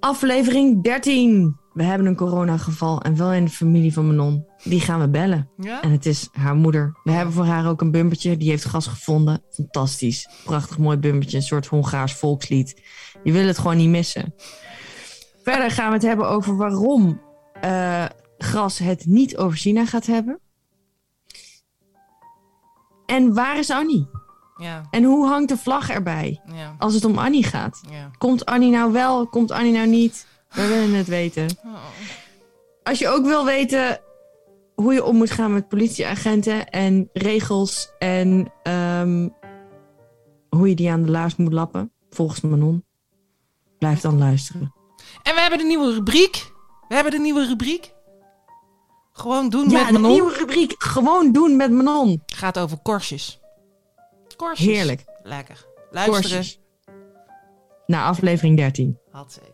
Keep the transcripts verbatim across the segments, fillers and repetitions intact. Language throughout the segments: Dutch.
Aflevering dertien. We hebben een coronageval en wel in de familie van Manon. Die gaan we bellen. Ja? En het is haar moeder. We hebben voor haar ook een bumpertje. Die heeft gas gevonden. Fantastisch. Prachtig mooi bumpertje. Een soort Hongaars volkslied. Je wil het gewoon niet missen. Verder gaan we het hebben over waarom uh, Gras het niet over China gaat hebben. En waar is Annie? Ja. En hoe hangt de vlag erbij? Ja. Als het om Annie gaat. Ja. Komt Annie nou wel? Komt Annie nou niet? We willen het weten. Oh. Als je ook wil weten hoe je om moet gaan met politieagenten en regels en um, hoe je die aan de laars moet lappen, volgens Manon, blijf dan luisteren. En we hebben de nieuwe rubriek. We hebben de nieuwe rubriek. Gewoon doen ja, met Manon. Ja, de nieuwe rubriek. Gewoon doen met Manon. Gaat over korstjes. Korstjes. Heerlijk. Lekker. Luisteren. Korstjes. Na aflevering dertien. Hatzee.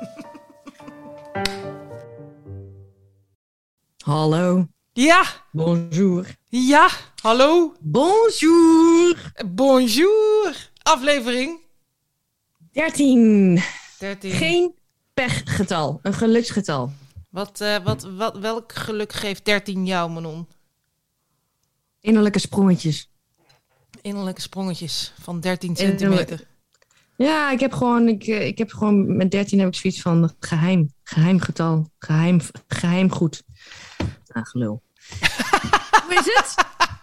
Hallo. Ja. Bonjour. Ja. Hallo. Bonjour. Bonjour. Aflevering dertien. dertien. Geen pechgetal. Een geluksgetal. Wat, uh, wat, wat, welk geluk geeft dertien jou, Manon? Innerlijke sprongetjes. Innerlijke sprongetjes van dertien centimeter. Ja, ik heb gewoon, ik, ik heb gewoon met dertien heb ik zoiets van geheim. Geheim getal. Geheim, geheim goed. Ah, gelul. Hoe is het?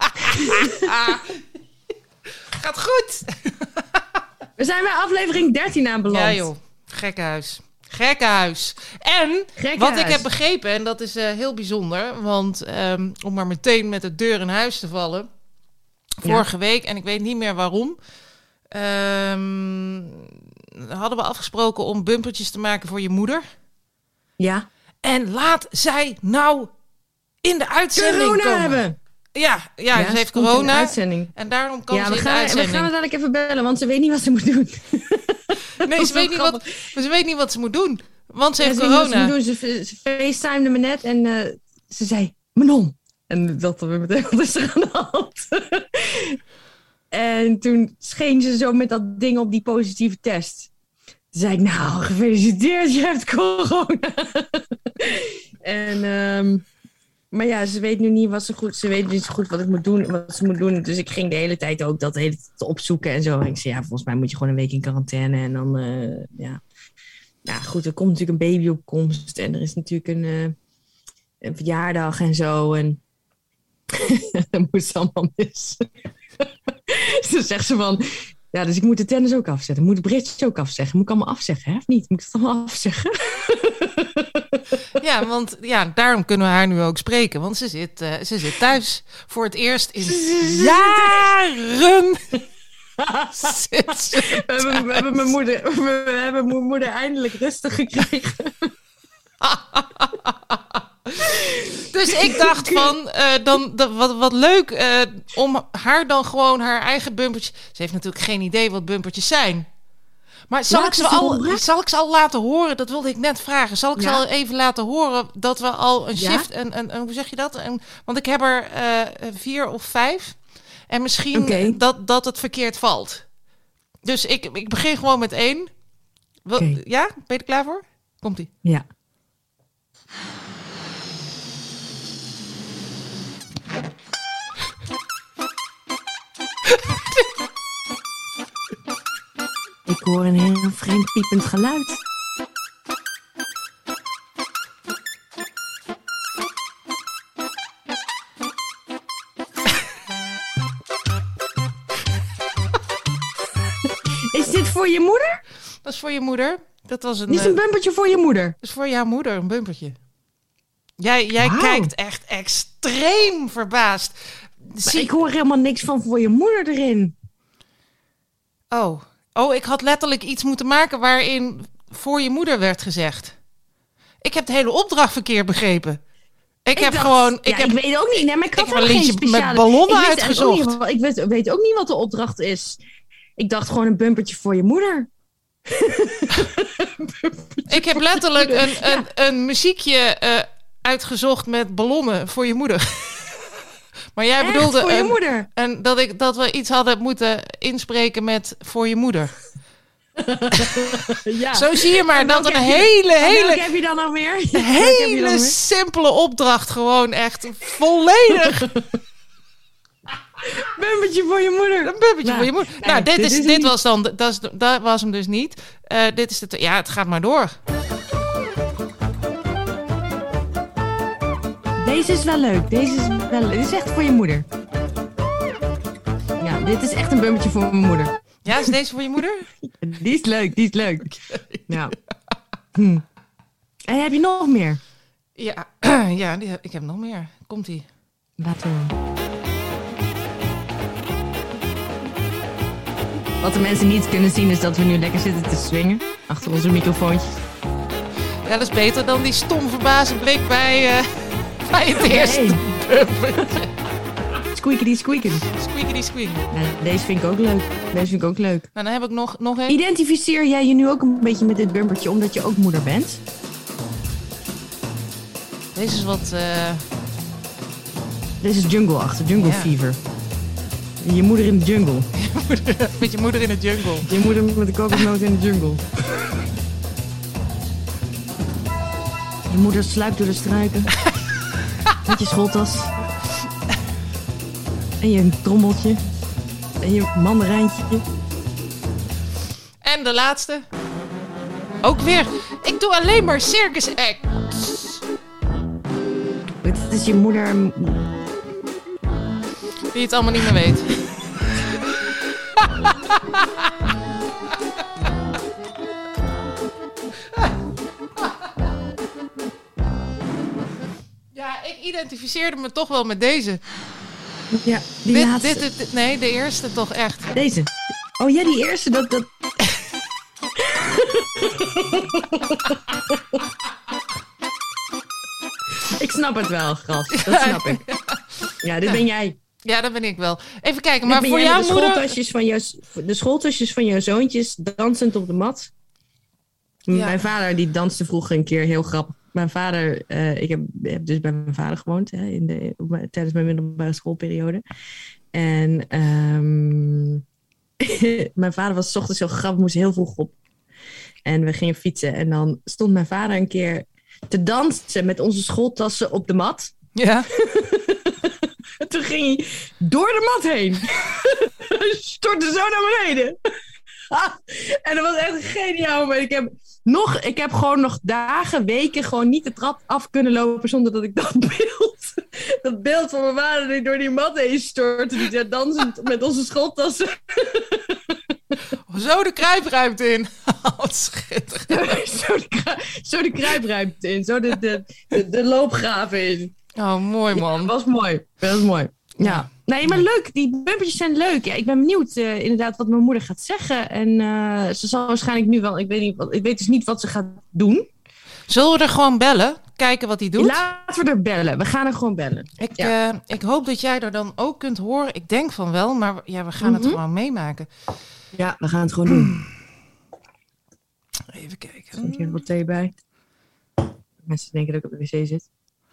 Gaat goed. We zijn bij aflevering dertien aanbeland. Ja joh, gekkenhuis. Gekkenhuis. En Gekkenhuis. Wat ik heb begrepen, en dat is uh, heel bijzonder, want um, om maar meteen met de deur in huis te vallen. Vorige ja. week, en ik weet niet meer waarom, um, hadden we afgesproken om bumpertjes te maken voor je moeder. Ja. En laat zij nou in de uitzending corona komen. hebben. Ja, ja, ja, ze heeft corona. En daarom kan ja, ze we in gaan, de uitzending. We gaan het dadelijk even bellen, want ze weet niet wat ze moet doen. Nee, ze weet, niet wat, ze weet niet wat ze moet doen. Want ze ja, heeft ze corona. Weet niet wat ze, moet doen. Ze, ze facetimede me net en uh, ze zei, Manon. En dat we meteen, wat is er aan de hand? En toen scheen ze zo met dat ding op die positieve test. Toen zei ik, nou, gefeliciteerd, je hebt corona. en... Um, Maar ja, ze weet nu niet wat ze goed... Ze weet niet zo goed wat ik moet doen, wat ze moet doen. Dus ik ging de hele tijd ook dat hele te opzoeken en zo. En ik zei, ja, volgens mij moet je gewoon een week in quarantaine. En dan, uh, ja... Ja, goed, er komt natuurlijk een baby op komst. En er is natuurlijk een, uh, een verjaardag en zo. En dat moest allemaal mis. Toen zegt ze van... Ja, dus ik moet de tennis ook afzetten. Moet de bridge ook afzeggen. Moet ik allemaal afzeggen, hè? Of niet? Moet ik het allemaal afzeggen? Ja, want ja, daarom kunnen we haar nu ook spreken. Want ze zit, uh, ze zit thuis. Voor het eerst in jaren. zit ze we, hebben, we, hebben mijn moeder, we hebben mijn moeder eindelijk rustig gekregen. Dus ik dacht van, uh, dan, de, wat, wat leuk uh, om haar dan gewoon haar eigen bumpertjes... Ze heeft natuurlijk geen idee wat bumpertjes zijn. Maar zal ik, ze al, zal ik ze al laten horen? Dat wilde ik net vragen. Zal ik ja. ze al even laten horen dat we al een shift... Ja? Een, een, een, hoe zeg je dat? Een, want ik heb er uh, vier of vijf. En misschien okay. dat, dat het verkeerd valt. Dus ik, ik begin gewoon met één. Wil, okay. Ja? Ben je er klaar voor? Komt-ie. Ja. Ik hoor een heel vreemd piepend geluid. Is dit voor je moeder? Dat is voor je moeder. Dat was een. Dit is een bumpertje voor je moeder. Dat is voor jouw moeder, een bumpertje. Jij, jij wow. kijkt echt extreem verbaasd. Zie... Ik hoor helemaal niks van voor je moeder erin. Oh. Oh, ik had letterlijk iets moeten maken waarin voor je moeder werd gezegd. Ik heb de hele opdracht verkeerd begrepen. Ik, ik heb dacht, gewoon... Ik, ja, heb, ik weet ook niet. Nee, maar ik had ik heb een liedje speciale... met ballonnen ik uitgezocht. Niet, ik weet, weet ook niet wat de opdracht is. Ik dacht gewoon een bumpertje voor je moeder. Ik heb letterlijk een, ja. een, een muziekje uh, uitgezocht met ballonnen voor je moeder. Maar jij Echt, bedoelde voor je een, moeder. En dat, ik, dat we iets hadden moeten inspreken met voor je moeder. Ja. Zo zie je maar dat een je, hele, hele... Welke heb je dan nog meer? Een hele nog meer? simpele opdracht. Gewoon echt volledig... Bumpertje voor je moeder. Een bumpertje nou, voor je moeder. Nee, nou, dit, dit, is, is dit niet... was dan... Dat, is, dat was hem dus niet. Uh, dit is het... Ja, het gaat maar door. Deze is wel leuk. Deze is wel leuk. Dit is echt voor je moeder. Ja, dit is echt een bumpertje voor mijn moeder. Ja, is deze voor je moeder? Die is leuk, die is leuk. Okay. Ja. Hm. En heb je nog meer? Ja, ja die heb, ik heb nog meer. Komt-ie. Laat horen. Wat de mensen niet kunnen zien is dat we nu lekker zitten te swingen. Achter onze microfoontjes. Ja, dat is beter dan die stom verbazen blik bij, uh, bij het eerste nee. bumpertje. Squeakity squeakity. Squeakity squeak. Ja, deze vind ik ook leuk. Deze vind ik ook leuk. Nou, dan heb ik nog, nog één. Identificeer jij je nu ook een beetje met dit bumpertje omdat je ook moeder bent? Deze is wat... Uh... Deze is jungle-achtig. Jungle ja. fever. Je moeder in de jungle. Met je moeder in de jungle. Je moeder met de kokosnoot in de jungle. Je moeder sluipt door de struiken. Met je schooltas. En je trommeltje. En je mandarijntje. En de laatste. Ook weer. Ik doe alleen maar circus acts. Het is je moeder... Die het allemaal niet meer weet. Ja, ik identificeerde me toch wel met deze. Ja, die dit, laatste. Dit, dit, nee, de eerste toch echt. Deze. Oh ja, die eerste, dat... dat... Ik snap het wel, gast. Dat snap ik. Ja, dit ben jij. Ja, dat ben ik wel. Even kijken, maar dit voor jouw de moeder... Schooltasjes van jou, de schooltasjes van jouw zoontjes dansend op de mat. Ja. Mijn vader die danste vroeger een keer heel grappig. Mijn vader, uh, ik heb, heb dus bij mijn vader gewoond hè, in de, op, tijdens mijn middelbare schoolperiode. En um, mijn vader was 's ochtends zo grappig, moest heel vroeg op. En we gingen fietsen en dan stond mijn vader een keer te dansen met onze schooltassen op de mat. Ja. En toen ging hij door de mat heen. Stortte zo naar beneden. En dat was echt een geniaal moment. Ik heb, nog, ik heb gewoon nog dagen, weken gewoon niet de trap af kunnen lopen zonder dat ik dat beeld, dat beeld van mijn vader die door die mat heen stortte. Die daar dansend met onze schooltassen. Zo de kruipruimte in. Wat schitterend. Zo de, kru- zo de kruipruimte in. Zo de, de, de, de loopgraven in. Oh, mooi man. Ja, dat was mooi. Dat was mooi. Ja. Nee, maar leuk. Die bumpertjes zijn leuk. Ja, ik ben benieuwd uh, inderdaad wat mijn moeder gaat zeggen. En uh, ze zal waarschijnlijk nu wel... Ik weet, niet, wat, ik weet dus niet wat ze gaat doen. Zullen we er gewoon bellen? Kijken wat hij doet? Laten we er bellen. We gaan er gewoon bellen. Ik, ja. uh, ik hoop dat jij er dan ook kunt horen. Ik denk van wel, maar ja, we gaan mm-hmm. het gewoon meemaken. Ja, we gaan het gewoon doen. Even kijken. Er komt hier wat thee bij. Mensen denken dat ik op de wc zit.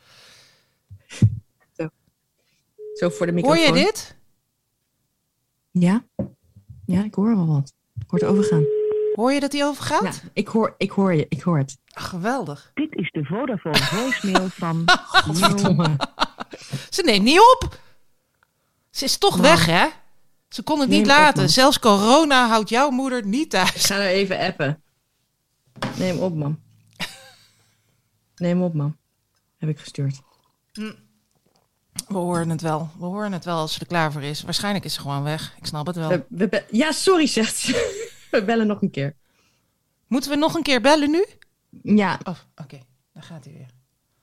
Zo. Zo voor de microfoon. Hoor je dit? Ja. Ja, ik hoor wel wat. Ik hoor het overgaan. Hoor je dat hij overgaat? Ja, ik hoor, ik hoor je. Ik hoor het. Ach, geweldig. Dit is de Vodafone voicemail van... Godverdomme. Ze neemt niet op. Ze is toch nou. weg, hè? Ze kon het Neem niet laten. Op, Zelfs corona houdt jouw moeder niet thuis. Ik ga er even appen. Neem op, man. Neem op, man. Heb ik gestuurd. We horen het wel. We horen het wel als ze er klaar voor is. Waarschijnlijk is ze gewoon weg. Ik snap het wel. We, we be- ja, sorry, zegt ze. We bellen nog een keer. Moeten we nog een keer bellen nu? Ja. Oh, oké. Okay. Dan gaat hij weer.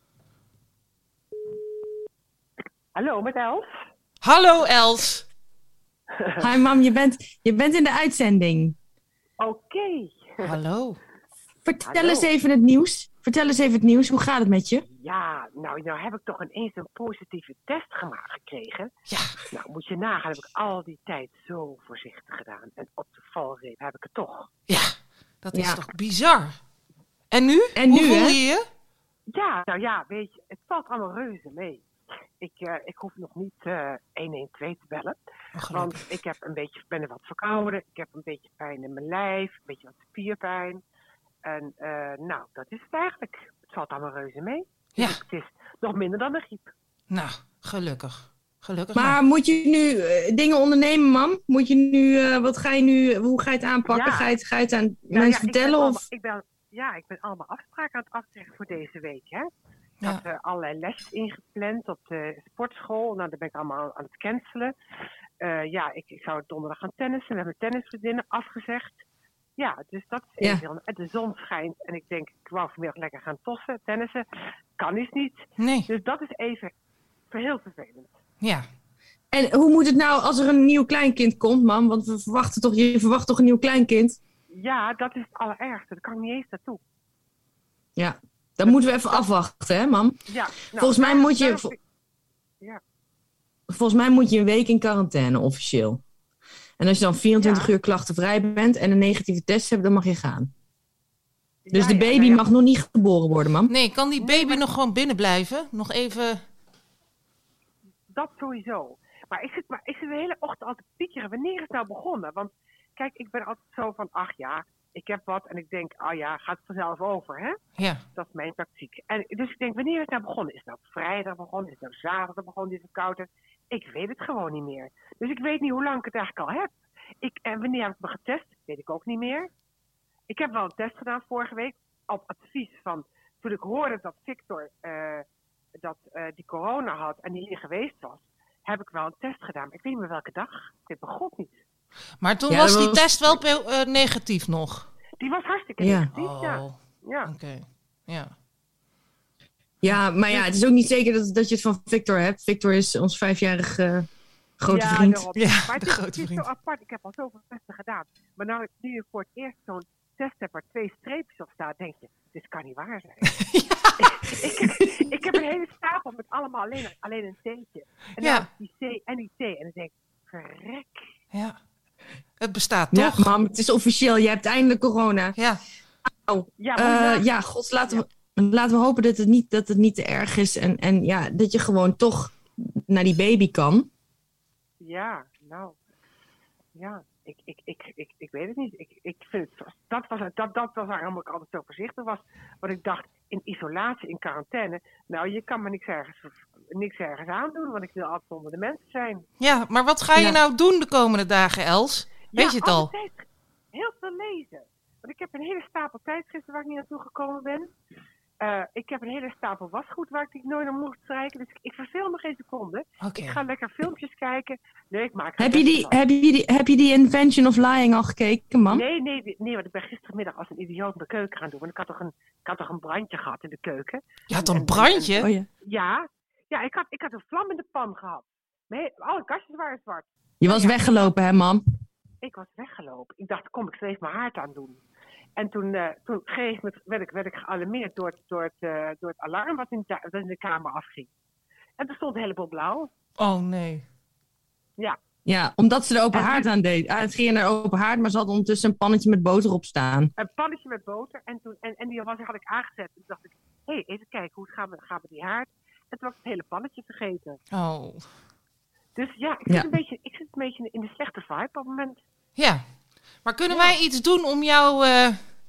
Hallo, met Els. Hallo, Els. Hi, mam. Je bent, je bent in de uitzending. Oké. Okay. Hallo. Vertel Hallo. eens even het nieuws. Vertel eens even het nieuws. Hoe gaat het met je? Ja, nou, nou heb ik toch ineens een positieve test gemaakt gekregen. Ja. Nou, moet je nagaan, heb ik al die tijd zo voorzichtig gedaan. En op de valreep heb ik het toch. Ja, dat is ja. toch bizar. En nu? En Hoe nu, voel hè? je je? Ja, nou ja, weet je, het valt allemaal reuze mee. ik, uh, ik hoef nog niet uh, honderdtwaalf te bellen. Oh, want ik heb een beetje, ben er wat verkouden. Ik heb een beetje pijn in mijn lijf. Een beetje wat spierpijn. En uh, nou, dat is het eigenlijk. Het valt allemaal reuze mee. Ja. Dus het is nog minder dan een griep. Nou, gelukkig. Gelukkig maar. Maar moet je nu uh, dingen ondernemen, mam? Moet je nu, uh, wat ga je nu, hoe ga je het aanpakken? Ja. Ga, je het, ga je het aan Nou, mensen ja, vertellen? Ik ben, of? allemaal, ik ben, ja, ik ben allemaal afspraken aan het afzeggen voor deze week. Hè? Ik Ja. had uh, allerlei lesjes ingepland op de sportschool. Nou, daar ben ik allemaal aan het cancelen. Uh, ja, ik, ik zou donderdag gaan tennissen. We hebben tennisvriendinnen afgezegd. Ja, dus dat is Ja. even. De zon schijnt en ik denk, ik wou vanmiddag lekker gaan tossen, tennissen. Kan is niet. Nee. Dus dat is even heel vervelend. Ja. En hoe moet het nou als er een nieuw kleinkind komt, mam? Want we verwachten toch, je verwacht toch een nieuw kleinkind? Ja, dat is het allerergste. Daar kan ik niet eens naartoe. Ja, dan moeten we even afwachten, hè, mam? Ja, nou, Volgens mij daar- moet je- daar- vol- Ja. Volgens mij moet je een week in quarantaine, officieel. En als je dan vierentwintig Ja. uur klachtenvrij bent en een negatieve test hebt, dan mag je gaan. Dus Ja, de ja, baby nou ja, mag nog niet geboren worden, mam. Nee, kan die Nee, baby maar- nog gewoon binnen blijven? Nog even... Dat sowieso. Maar ik zit, maar ik zit de hele ochtend altijd te piekeren. Wanneer is het nou begonnen? Want kijk, ik ben altijd zo van, ach ja, ik heb wat. En ik denk, ah ja, gaat het vanzelf over, hè? Ja. Dat is mijn tactiek. En dus ik denk, wanneer is het nou begonnen? Is het nou vrijdag begonnen? Is het nou zaterdag begonnen? Is het kouder? Ik weet het gewoon niet meer. Dus ik weet niet hoe lang ik het eigenlijk al heb. Ik, en wanneer heb ik me getest? Weet ik ook niet meer. Ik heb wel een test gedaan vorige week. Op advies van, toen ik hoorde dat Victor uh, dat, uh, die corona had en die hier geweest was, heb ik wel een test gedaan. Maar ik weet niet meer welke dag. Ik weet mijn god niet. Maar toen Ja, was dat die was- test wel pe- uh, negatief nog. Die was hartstikke Ja. negatief, Oh, ja. oké. ja. Ja. Ja, maar ja, het is ook niet zeker dat, dat je het van Victor hebt. Victor is ons vijfjarige uh, grote Ja, vriend. daarom. Ja, maar het de is, grote het is vriend. zo apart. Ik heb al zoveel testen gedaan. Maar nou, nu je voor het eerst zo'n test hebt waar twee streepjes op staan, denk je, dit kan niet waar zijn. ik, ik, ik heb een hele stapel met allemaal alleen, alleen een T'tje. En Ja. dan die C en die T. En dan denk ik, verrek. Ja. Het bestaat Ja, toch? mam, het is officieel. Je hebt eindelijk corona. Ja. Oh, Ja, eh, maar ja, ja, god, laten we, laten we hopen dat het, niet, dat het niet te erg is. En, en ja, dat je gewoon toch naar die baby kan. ja, nou. Ja, ik, ik, ik, ik, ik weet het niet. Ik, ik vind het, dat, was, dat, dat was waarom ik altijd zo voorzichtig was. Want ik dacht, in isolatie, in quarantaine, nou, je kan me niks ergens, niks ergens aandoen, want ik wil altijd onder de mensen zijn. Ja, maar wat ga je Ja. nou doen de komende dagen, Els? Weet Ja, je het al? altijd heel veel lezen. Want ik heb een hele stapel tijdschriften waar ik niet naartoe gekomen ben. Uh, ik heb een hele stapel wasgoed waar ik nooit aan mocht strijken. Dus ik, ik verveel me geen seconde. Oké. Ik ga lekker filmpjes kijken. Nee, ik maak er Heb je, best die, van. heb, je die, heb je die Invention of Lying al gekeken, mam? Nee, nee, nee, want ik ben gistermiddag als een idioot mijn keuken gaan doen. Want ik had toch een, ik had toch een brandje gehad in de keuken. Je had een En- brandje? Oh ja. Ja, ja ik, had, ik had een vlam in de pan gehad. Nee, alle kastjes waren zwart. Je was Ja. weggelopen, hè, mam? Ik was weggelopen. Ik dacht, kom, ik zal even mijn haard aan doen. En toen, uh, toen kreeg me, werd, ik, werd ik gealarmeerd door het, door, het, uh, door het alarm wat in, de, dat in de kamer afging. En er stond een heleboel blauw. Oh nee. Ja, Ja, omdat ze de open En- haard aan deed. Ah, het ging naar de open haard, maar ze had ondertussen een pannetje met boter op staan. een pannetje met boter. En, toen, en, en die was, had ik aangezet. En toen dacht ik, hé, hey, even kijken, hoe gaan we, gaan we die haard? En toen was ik het hele pannetje vergeten. Oh. Dus ja, ik zit, Ja. Een, beetje, ik zit een beetje in de slechte vibe op het moment. Ja. Maar kunnen Ja. wij iets doen om jou, uh,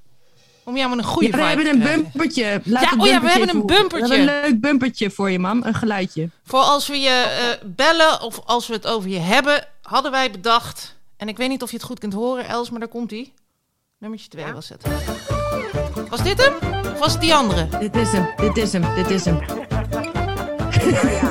om jou met een goede Ja, we vibe hebben te een krijgen? bumpertje. Laat Ja, het oh ja, we bumpertje hebben een even horen. bumpertje. We hebben een leuk bumpertje voor je, mam. Een geluidje. Voor als we je uh, bellen of als we het over je hebben, hadden wij bedacht. En ik weet niet of je het goed kunt horen, Els, maar daar komt ie. Nummertje twee Ja? was het. Was dit hem? Of was het die andere? Dit is hem, dit is hem, dit is hem. Nou ja.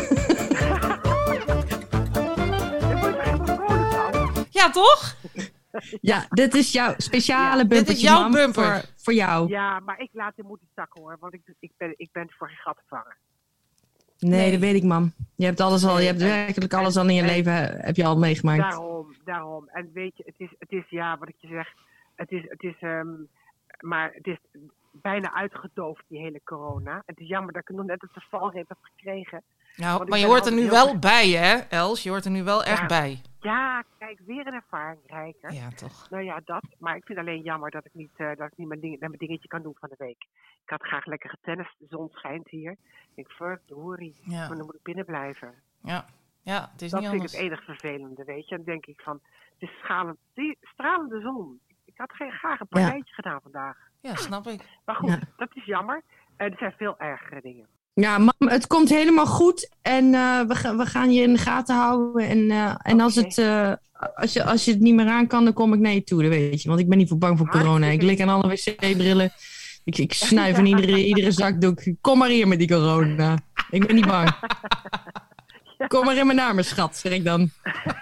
Daar word je toch helemaal vrolijk van? Ja, toch? Ja, dit is jouw speciale Ja, dit is bumpertje, jouw mam, bumper. Voor, voor jou. Ja, maar ik laat de moed in zakken hoor, want ik, ik, ben, ik ben voor geen gat te vangen. Nee, Nee. dat weet ik, mam. Je hebt alles al, je hebt En- werkelijk alles al in je en- leven heb je al meegemaakt. Daarom, daarom. En weet je, het is, het is ja, wat ik je zeg, het is, het is, um, maar het is bijna uitgedoofd, die hele corona. Het is jammer dat ik nog net op de valreep heb gekregen. Nou, maar je hoort er nu wel heel... bij, hè, Els? Je hoort er nu wel echt ja. bij. Ja, kijk, weer een ervaring rijker. Ja, toch. Nou ja, dat. Maar ik vind het alleen jammer dat ik niet, uh, dat ik niet mijn, ding, mijn dingetje kan doen van de week. Ik had graag lekker getennist. De zon schijnt hier. Ik denk, verdorie. Ja. Maar dan moet ik binnen blijven. Ja, ja, het is dat niet vind anders. ik het enige vervelende, weet je. Dan denk ik van, het is schalend, die stralende zon. Ik had geen, graag een partijtje ja. gedaan vandaag. Ja, snap ik. Maar goed, ja. dat is jammer. Uh, er zijn veel ergere dingen. Ja, mam, het komt helemaal goed. En uh, we, ga, we gaan je in de gaten houden. En, uh, en okay. als, het, uh, als, je, als je het niet meer aan kan, dan kom ik naar je toe, dat weet je. Want ik ben niet voor bang voor corona. Ik lik aan alle wc-brillen. Ik, ik snuif in iedere, iedere zakdoek. Kom maar hier met die corona. Ik ben niet bang. Kom maar in mijn naam, schat, zeg ik dan.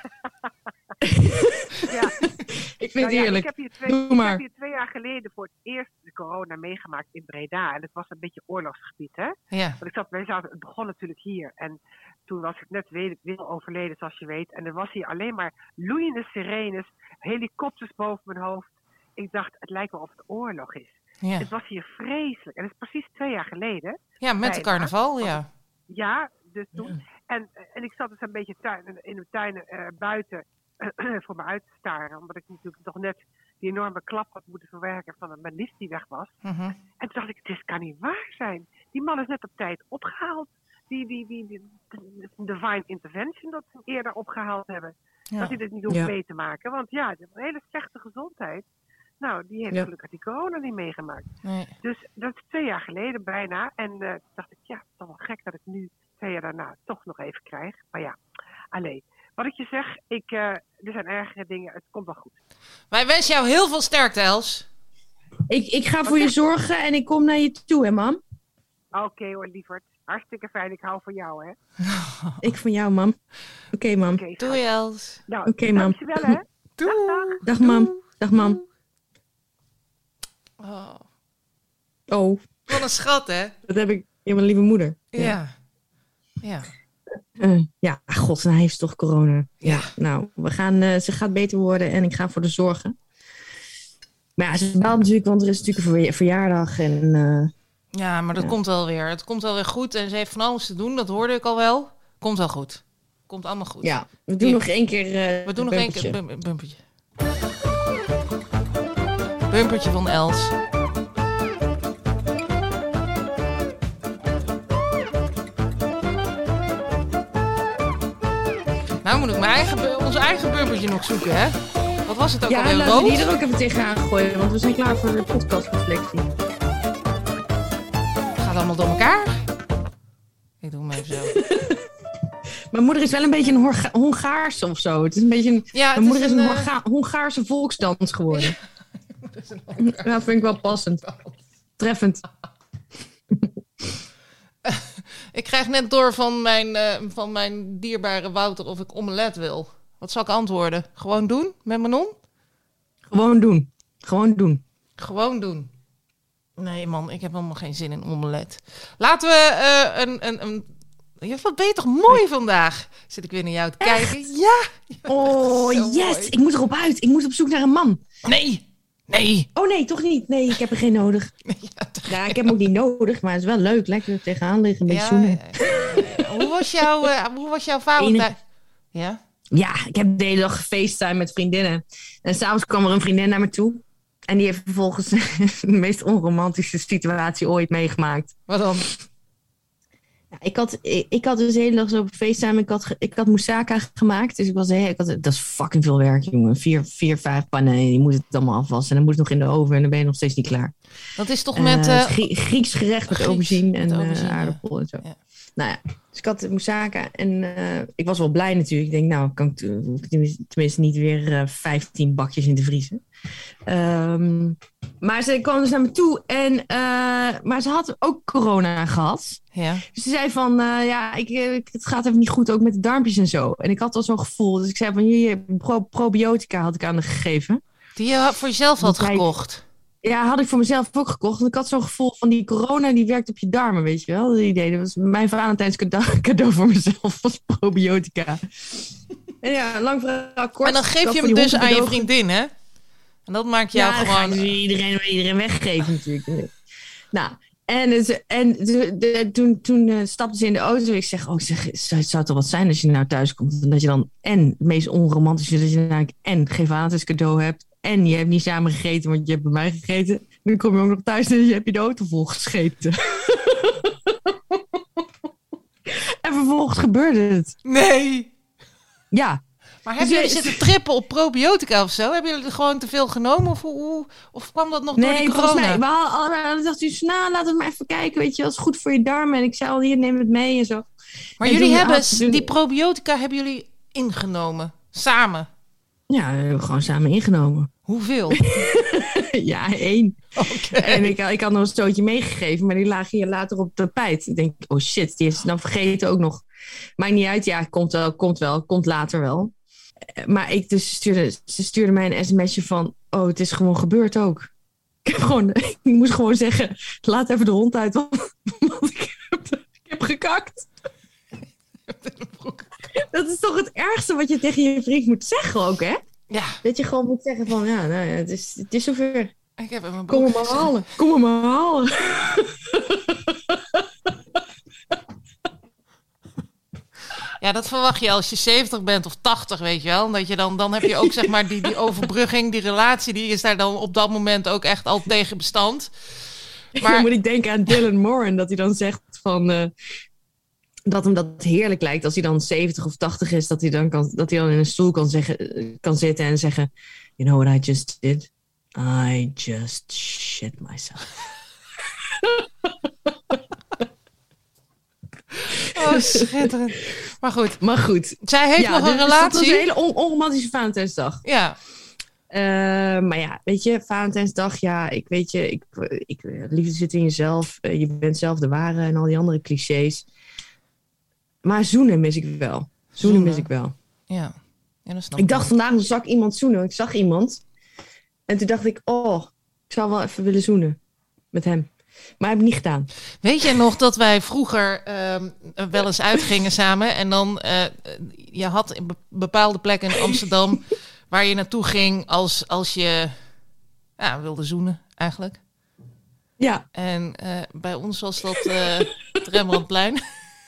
Ja. Ik vind nou het ja, eerlijk. Ik heb, hier twee, ik heb hier twee jaar geleden voor het eerst de corona meegemaakt in Breda. En het was een beetje oorlogsgebied, hè? Ja. Want ik zat, wij zaten, het begon natuurlijk hier. En toen was ik net weer, weer overleden, zoals je weet. En er was hier alleen maar loeiende sirenes, helikopters boven mijn hoofd. Ik dacht, het lijkt wel of het oorlog is. Ja. Het was hier vreselijk. En dat is precies twee jaar geleden. Ja, met de carnaval, ja. Ja, dus toen. Ja. En, en ik zat dus een beetje tuin, in de tuin uh, buiten voor me uit te staren. Omdat ik natuurlijk toch net die enorme klap had moeten verwerken van mijn lief die weg was. Uh-huh. En toen dacht ik, dit kan niet waar zijn. Die man is net op tijd opgehaald. Die, die, die, die, die divine intervention dat ze hem eerder opgehaald hebben. Ja. Dat hij dit niet hoeft ja. mee te maken. Want ja, die heeft een hele slechte gezondheid. Nou, die heeft ja. gelukkig die corona niet meegemaakt. Nee. Dus dat is twee jaar geleden bijna. En uh, toen dacht ik, ja, het is toch wel gek dat ik nu twee jaar daarna toch nog even krijg. Maar ja, alleen. Wat ik je zeg, ik, uh, er zijn ergere dingen. Het komt wel goed. Wij wensen jou heel veel sterkte, Els. Ik, ik ga voor je zorgen en ik kom naar je toe, hè, mam? Oké okay, hoor, lieverd. Hartstikke fijn. Ik hou van jou, hè. Ik van jou, mam. Oké, okay, mam. Okay, doei, Els. Nou, oké, okay, mam. Dankjewel, hè. Doei. Dag, dag. Dag, mam. Dag, mam. Oh. Oh. Wat een schat, hè? Dat heb ik in mijn lieve moeder. Ja. Ja. ja. Uh, ja, god, nou heeft ze toch corona. Ja, ja. nou, we gaan, uh, ze gaat beter worden en ik ga voor de zorgen. Maar ja, ze baalt natuurlijk, want er is natuurlijk een verjaardag en... Uh, ja, maar dat ja. komt wel weer. Het komt wel weer goed en ze heeft van alles te doen, dat hoorde ik al wel. Komt wel goed. Komt allemaal goed. Ja, we doen Hier. nog één keer uh, We doen nog één keer bum- bumpertje. Bumpertje van Els. Nou moet ik mijn eigen, ons eigen bumpertje nog zoeken, hè? Wat was het ook ja, alweer? Ja, laten we die er ook even tegenaan gooien, want we zijn klaar voor de podcastreflectie. Gaat allemaal door elkaar? Ik doe hem even zo. Mijn moeder is wel een beetje een Honga- Hongaarse of zo. Het is een beetje een, ja, mijn moeder is een, een Honga- Hongaarse volksdans geworden. Ja, dat vind ik wel passend. Treffend. Ik krijg net door van mijn, uh, van mijn dierbare Wouter of ik omelet wil. Wat zal ik antwoorden? Gewoon doen met Manon? Gewoon doen. Gewoon doen. Gewoon doen. Nee man, ik heb helemaal geen zin in omelet. Laten we uh, een... een, een ja, wat ben je toch mooi vandaag? Zit ik weer naar jou te Echt? kijken? Ja! Oh, yes! Mooi. Ik moet erop uit. Ik moet op zoek naar een man. Nee! Nee! Oh nee, toch niet. Nee, ik heb er geen nodig. Ja, ja, ik heb hem ook niet nodig, maar het is wel leuk. Lekker er tegenaan liggen, een beetje zoenen. Ja, ja, ja. Hoe was jouw, uh, hoe was jouw Valentijn? Ja? Ja, ik heb de hele dag gefacetime met vriendinnen. En s'avonds kwam er een vriendin naar me toe. En die heeft vervolgens de meest onromantische situatie ooit meegemaakt. Wat dan? Ja, ik, had, ik, ik had dus de hele dag zo op FaceTime. Ik had, ik had moussaka gemaakt. Dus ik was ik had, dat is fucking veel werk, jongen. Vier, vier vijf pannen. Je moet het allemaal afwassen. En dan moet het nog in de oven. En dan ben je nog steeds niet klaar. Dat is toch met... Uh, Grie- Grieks gerecht met Grieks, aubergine en aubergine, uh, aardappel en zo. Ja. Nou ja, dus ik had de moussaka. En uh, ik was wel blij natuurlijk. Ik denk, nou, kan ik t- tenminste niet weer uh, vijftien bakjes in te vriezen. Um, maar ze kwam dus naar me toe. En, uh, maar ze had ook corona gehad. Ja. Dus ze zei van, uh, ja, ik, ik, het gaat even niet goed, ook met de darmpjes en zo. En ik had al zo'n gevoel. Dus ik zei van, hier, pro- probiotica had ik aan haar gegeven. Die je voor jezelf had hij, gekocht? Ja, had ik voor mezelf ook gekocht. Want ik had zo'n gevoel van die corona, die werkt op je darmen, weet je wel. Dat idee. Dat was mijn Valentijns cadeau, cadeau voor mezelf, was probiotica. En ja, lang verhaal kort. En dan geef je hem dus aan je vriendin, hè? En dat maakt jou ja, gewoon... Ja, iedereen, iedereen weggeven natuurlijk. Nou, En, het, en de, de, toen, toen uh, stapten ze in de auto. Ik zeg, oh, ik zeg, het zou toch wat zijn als je nou thuis komt. En dat je dan en het meest onromantische, dat je dan en geen Valentijns cadeau hebt. En je hebt niet samen gegeten, want je hebt bij mij gegeten. Dan kom je ook nog thuis en je hebt je de auto vol gescheten. En vervolgens gebeurde het. Nee. Ja. Maar hebben jullie zitten trippen op probiotica of zo? Hebben jullie er gewoon te veel genomen? Of, hoe, of kwam dat nog nee, door die corona? Nee, volgens mij. We dachten dus, nou, laten we maar even kijken. Weet je, dat is goed voor je darmen. En ik zei al, hier, neem het mee en zo. Maar en jullie hebben, toen... die probiotica hebben jullie ingenomen? Samen? Ja, we hebben gewoon samen ingenomen. Hoeveel? Ja, één. Okay. En ik, ik had nog een stootje meegegeven, maar die lagen hier later op het tapijt. Ik denk, oh shit, die is het dan vergeten ook nog. Maakt niet uit, ja, komt wel, komt wel, komt later wel. Maar ik dus stuurde, ze stuurde mij een sms'je van, oh, het is gewoon gebeurd ook. Ik, heb gewoon, ik moest gewoon zeggen, laat even de hond uit, want, want ik, heb, ik heb gekakt. Dat is toch het ergste wat je tegen je vriend moet zeggen ook, hè? Ja. Dat je gewoon moet zeggen van, ja, nou ja, het is, het is zover. Ik heb hem Kom hem maar halen. Kom hem maar halen. Ja, dat verwacht je als je zeventig bent of tachtig, weet je wel. Dat je dan, dan heb je ook zeg maar die, die overbrugging, die relatie, die is daar dan op dat moment ook echt al tegen bestand. Maar dan moet ik denken aan Dylan Moran, dat hij dan zegt van uh, dat hem dat heerlijk lijkt als hij dan zeventig of tachtig is, dat hij dan, kan, dat hij dan in een stoel kan, zeggen, kan zitten en zeggen, you know what I just did? I just shit myself. Oh, schitterend. Maar goed. Maar goed. Zij heeft ja, nog een dus relatie. Dat was een hele on- onromantische Valentijnsdag. Ja. Uh, maar ja, weet je, Valentijnsdag, ja, ik weet je, ik, ik, liefde zit in jezelf. Uh, je bent zelf de ware en al die andere clichés. Maar zoenen mis ik wel. Zoenen, zoenen. mis ik wel. Ja. Ja, dat snap ik dacht vandaag, dan zag ik iemand zoenen. Ik zag iemand. En toen dacht ik, oh, ik zou wel even willen zoenen met hem. Maar heb ik niet gedaan. Weet je nog dat wij vroeger uh, wel eens uitgingen samen. En dan, uh, je had in bepaalde plekken in Amsterdam waar je naartoe ging als, als je ja, wilde zoenen eigenlijk. Ja. En uh, bij ons was dat uh, het Rembrandtplein.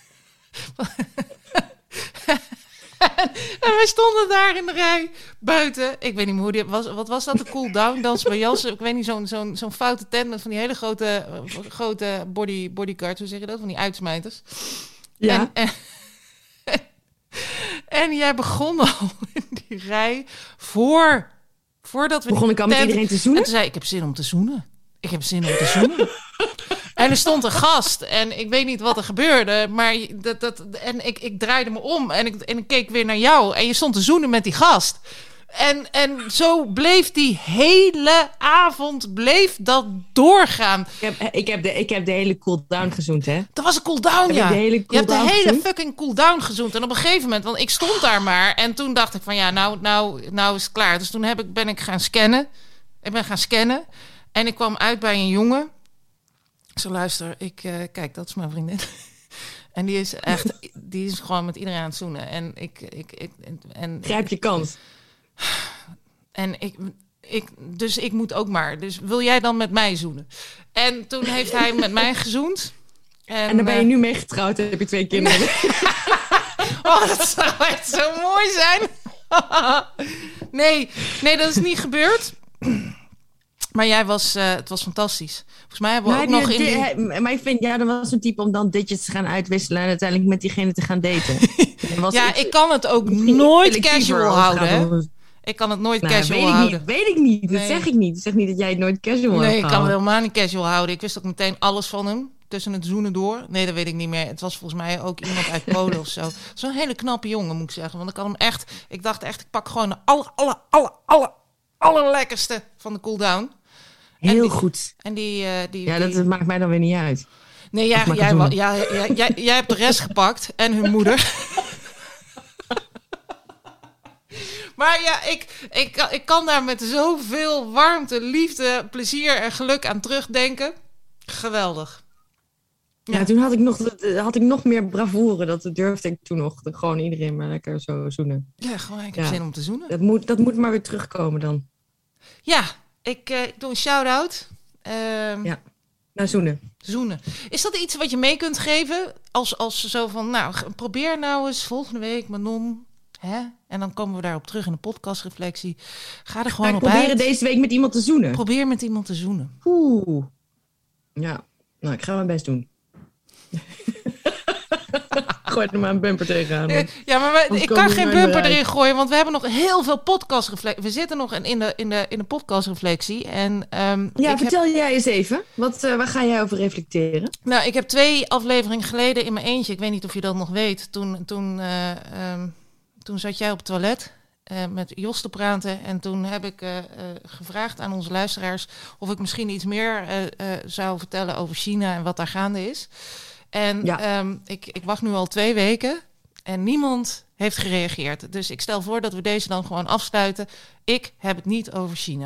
En wij stonden daar in de rij buiten. Ik weet niet meer hoe die was. Wat was dat? Een cool-down dans bij Jas. Ik weet niet, zo'n, zo'n, zo'n foute tent met van die hele grote, grote body, bodyguards. Hoe zeg je dat? Van die uitsmijters. Ja. En, en, en jij begon al in die rij voor, voordat we begon ik al met iedereen te zoenen? En toen zei ik, ik heb zin om te zoenen. Ik heb zin om te zoenen. En er stond een gast en ik weet niet wat er gebeurde, maar dat, dat, en ik, ik draaide me om en ik, en ik keek weer naar jou en je stond te zoenen met die gast. En, en zo bleef die hele avond bleef dat doorgaan. Ik heb, ik heb, de, ik heb de hele cool-down gezoend, hè? Dat was een cool-down, ja. De hele cool je hebt de hele gezoend? fucking cool-down gezoend. En op een gegeven moment, want ik stond daar maar en toen dacht ik van ja, nou, nou, nou is het klaar. Dus toen heb ik, ben ik gaan scannen. Ik ben gaan scannen en ik kwam uit bij een jongen. Zo luister, ik uh, kijk, dat is mijn vriendin. En die is echt, die is gewoon met iedereen aan het zoenen. En ik, ik, ik en grijp je kans. En ik, ik, dus ik moet ook maar. Dus wil jij dan met mij zoenen? En toen heeft hij met mij gezoend. En, en dan ben je uh, nu mee getrouwd en heb je twee kinderen. Oh, dat zou echt zo mooi zijn. nee, nee, dat is niet gebeurd. Maar jij was, uh, het was fantastisch. Volgens mij hebben we maar ook nog die, in die... hij, maar ik vind, ja, dat was een type om dan ditjes te gaan uitwisselen en uiteindelijk met diegene te gaan daten. ja, iets, ik kan het ook nooit casual houden, hè? Ik kan het nooit nou, casual weet ik houden. Niet, weet ik niet, dat nee. zeg ik niet. Ik zeg niet dat jij het nooit casual Nee, hebt ik kan gehouden. het helemaal niet casual houden. Ik wist ook meteen alles van hem. Tussen het zoenen door. Nee, dat weet ik niet meer. Het was volgens mij ook iemand uit Polen of zo. Zo'n hele knappe jongen, moet ik zeggen. Want ik kan hem echt... Ik dacht echt, ik pak gewoon de aller, aller, aller, aller, allerlekkerste van de cooldown. Heel die, goed. En die, uh, die, ja, die... dat maakt mij dan weer niet uit. Nee, ja, jij, wa- ja, ja, jij, jij hebt de rest gepakt. En hun moeder. Maar ja, ik, ik, ik kan daar met zoveel warmte, liefde, plezier en geluk aan terugdenken. Geweldig. Ja, ja toen had ik, nog, had ik nog meer bravoure. Dat durfde ik toen nog. Gewoon iedereen maar lekker zo zoenen. Ja, gewoon, ik heb ja. zin om te zoenen. Dat moet, dat moet maar weer terugkomen dan. Ja, ik, uh, ik doe een shout-out. Uh, ja. Nou, zoenen. Zoenen. Is dat iets wat je mee kunt geven? Als, als zo van, nou, probeer nou eens volgende week Manon. Hè? En dan komen we daarop terug in de podcastreflectie. Ga er gewoon Ga op proberen uit. deze week met iemand te zoenen. Probeer met iemand te zoenen. Oeh. Ja, nou, ik ga mijn best doen. Gooi er maar een bumper tegenaan. Man. Ja, maar we, ik kan geen bumper erin uit. gooien, want we hebben nog heel veel podcastreflectie. We zitten nog in de, in de, in de podcastreflectie. En, um, Ja, ik vertel heb, jij eens even. Wat, uh, waar ga jij over reflecteren? nou, ik heb twee afleveringen geleden in mijn eentje. Ik weet niet of je dat nog weet. Toen, toen, uh, um, toen zat jij op het toilet uh, met Jos te praten. En toen heb ik uh, uh, gevraagd aan onze luisteraars of ik misschien iets meer uh, uh, zou vertellen over China en wat daar gaande is. En ja. um, ik, ik wacht nu al twee weken en niemand heeft gereageerd. Dus ik stel voor dat we deze dan gewoon afsluiten. Ik heb het niet over China.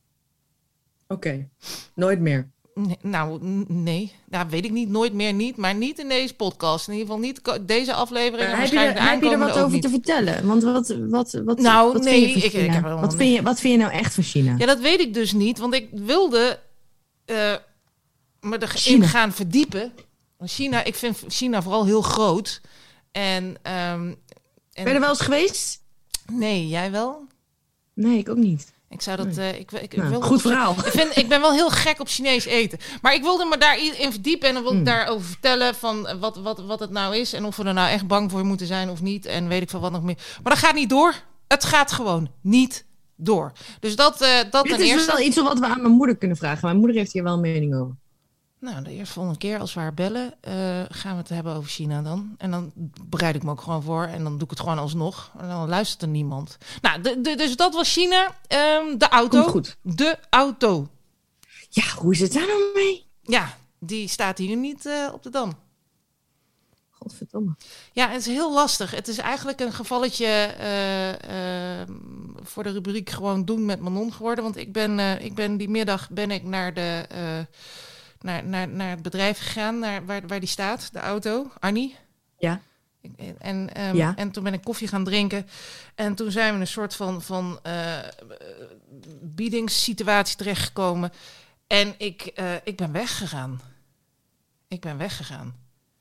Oké, okay. Nooit meer. Nee, nou, n- nee. Nou, weet ik niet. Nooit meer niet. Maar niet in deze podcast. In ieder geval niet ko- deze aflevering. Uh, heb, je er, heb je er wat over niet. te vertellen? Want wat, wat, wat, nou, wat nee, vind je ik, ik heb wat, vind je, wat vind je nou echt van China? Ja, dat weet ik dus niet. Want ik wilde uh, me erin gaan verdiepen. China, ik vind China vooral heel groot. En, um, en... Ben je er wel eens geweest? Nee, jij wel? Nee, ik ook niet. Ik zou dat... Nee. Uh, ik, ik, nou, ik wil goed dat, verhaal. Ik, vind, ik ben wel heel gek op Chinees eten. Maar ik wilde me daarin verdiepen en dan wilde ik mm. daarover vertellen van wat, wat, wat het nou is. En of we er nou echt bang voor moeten zijn of niet. En weet ik veel wat nog meer. Maar dat gaat niet door. Het gaat gewoon niet door. Dus dat, uh, dat Dit ten is eerste... wel iets wat we aan mijn moeder kunnen vragen. Mijn moeder heeft hier wel een mening over. Nou, de eerste volgende keer als we haar bellen, uh, gaan we het hebben over China dan. En dan bereid ik me ook gewoon voor en dan doe ik het gewoon alsnog. En dan luistert er niemand. Nou, de, de, dus dat was China. Um, de auto. Komt goed. De auto. Ja, hoe is het daar nou mee? Ja, die staat hier niet uh, op de Dam. Godverdomme. Ja, het is heel lastig. Het is eigenlijk een gevalletje uh, uh, voor de rubriek gewoon doen met Manon geworden. Want ik ben, uh, ik ben die middag ben ik naar de... Uh, Naar, naar, naar het bedrijf gegaan, naar waar, waar die staat, de auto, Annie. Ja. En, um, ja. en toen ben ik koffie gaan drinken. En toen zijn we in een soort van, van uh, biedingssituatie terechtgekomen. En ik, uh, ik ben weggegaan. Ik ben weggegaan.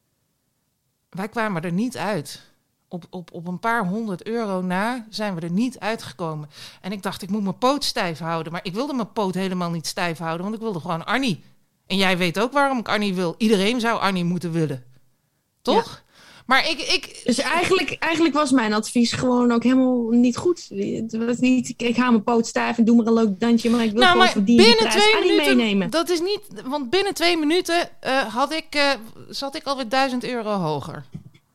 Wij kwamen er niet uit. Op, op, op een paar honderd euro na zijn we er niet uitgekomen. En ik dacht, ik moet mijn poot stijf houden. Maar ik wilde mijn poot helemaal niet stijf houden, want ik wilde gewoon Annie. En jij weet ook waarom ik Annie wil. Iedereen zou Annie moeten willen. Toch? Ja. Maar ik, ik... Dus eigenlijk, eigenlijk was mijn advies gewoon ook helemaal niet goed. Het was niet, ik haal mijn poot stijf en doe maar een leuk dansje. Maar ik wil nou, gewoon maar voor die binnen prijs twee Annie minuten, meenemen. Dat is niet... Want binnen twee minuten uh, had ik, uh, zat ik alweer duizend euro hoger.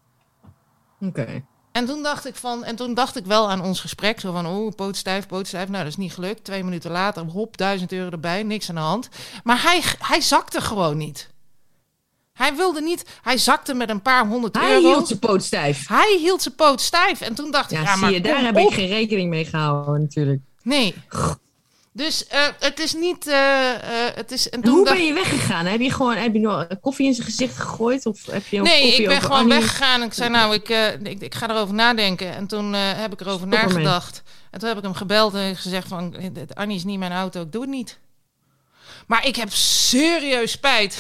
Oké. Okay. En toen dacht ik van, en toen dacht ik wel aan ons gesprek. Zo van, oh, pootstijf, pootstijf. Nou, dat is niet gelukt. Twee minuten later, hop, duizend euro erbij. Niks aan de hand. Maar hij, hij zakte gewoon niet. Hij wilde niet, hij zakte met een paar honderd hij euro. Hij hield zijn poot stijf. Hij hield zijn poot stijf. En toen dacht ik, ja, ja, zie maar je, daar heb op. ik geen rekening mee gehouden natuurlijk. Nee. Dus uh, het is niet... Uh, uh, het is, en en hoe dacht... ben je weggegaan? Heb je gewoon heb je nog koffie in zijn gezicht gegooid? Of heb je nee, koffie ik ben over gewoon Annie? weggegaan. Ik zei, nou, ik, uh, ik, ik ga erover nadenken. En toen uh, heb ik erover Stop nagedacht. Ermee. En toen heb ik hem gebeld en gezegd van... Annie is niet mijn auto, ik doe het niet. Maar ik heb serieus spijt.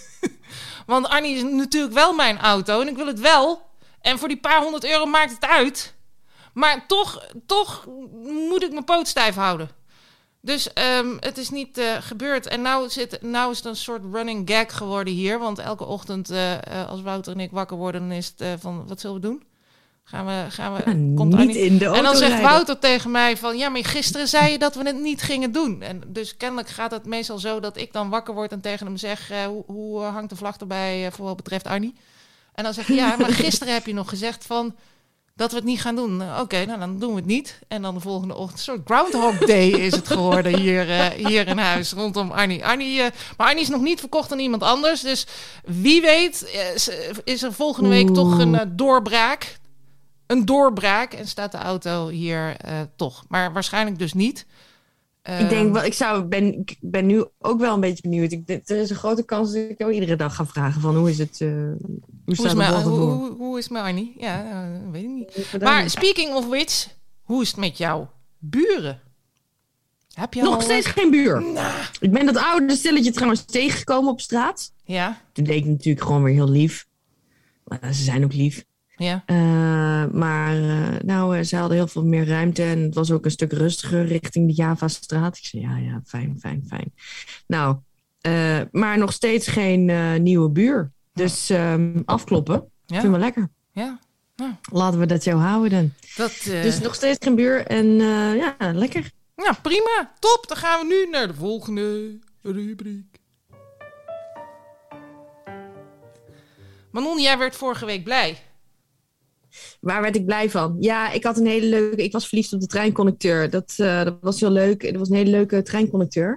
Want Annie is natuurlijk wel mijn auto. En ik wil het wel. En voor die paar honderd euro maakt het uit. Maar toch, toch moet ik mijn poot stijf houden. Dus um, het is niet uh, gebeurd. En nou, zit, nou is het een soort running gag geworden hier. Want elke ochtend uh, uh, als Wouter en ik wakker worden... dan is het uh, van, wat zullen we doen? Gaan we... Gaan we ja, komt niet Annie... in de auto En dan zegt rijden. Wouter tegen mij van... ja, maar gisteren zei je dat we het niet gingen doen. En dus kennelijk gaat het meestal zo dat ik dan wakker word... en tegen hem zeg, uh, hoe, hoe hangt de vlag erbij uh, voor wat betreft Annie? En dan zegt hij, ja, maar gisteren heb je nog gezegd van... dat we het niet gaan doen. Oké, okay, nou dan doen we het niet. En dan de volgende ochtend, een soort Groundhog Day is het geworden hier, uh, hier in huis rondom Annie. Annie uh, maar Annie is nog niet verkocht aan iemand anders. Dus wie weet uh, is er volgende week Oeh. toch een uh, doorbraak. Een doorbraak en staat de auto hier uh, toch. Maar waarschijnlijk dus niet. Uh, ik denk wel, ik zou, ben, ik ben nu ook wel een beetje benieuwd. Ik, er is een grote kans dat ik jou iedere dag ga vragen van hoe is het... Uh, hoe, hoe, is mijn, hoe, hoe, hoe is mijn Annie? Ja, uh, weet ik niet. Maar speaking of which, hoe is het met jouw buren? Heb je Nog al... steeds geen buur. Nah. Ik ben dat oude stilletje trouwens tegengekomen op straat. Ja? Toen deed ik natuurlijk gewoon weer heel lief. Maar ze zijn ook lief. Ja. Uh, maar uh, nou, uh, ze hadden heel veel meer ruimte. En het was ook een stuk rustiger richting de Javastraat. Ik zei, ja, ja, fijn, fijn, fijn. Nou, uh, maar nog steeds geen uh, nieuwe buur. Dus um, afkloppen. Ja. Vind ik wel lekker. Ja. Ja. Laten we dat jou houden dan. Dat, uh... Dus nog steeds geen buur en uh, ja, lekker. Ja, prima. Top. Dan gaan we nu naar de volgende rubriek. Manon, jij werd vorige week blij. Waar werd ik blij van? Ja, ik had een hele leuke... Ik was verliefd op de treinconducteur. Dat, uh, dat was heel leuk. Dat was een hele leuke treinconducteur.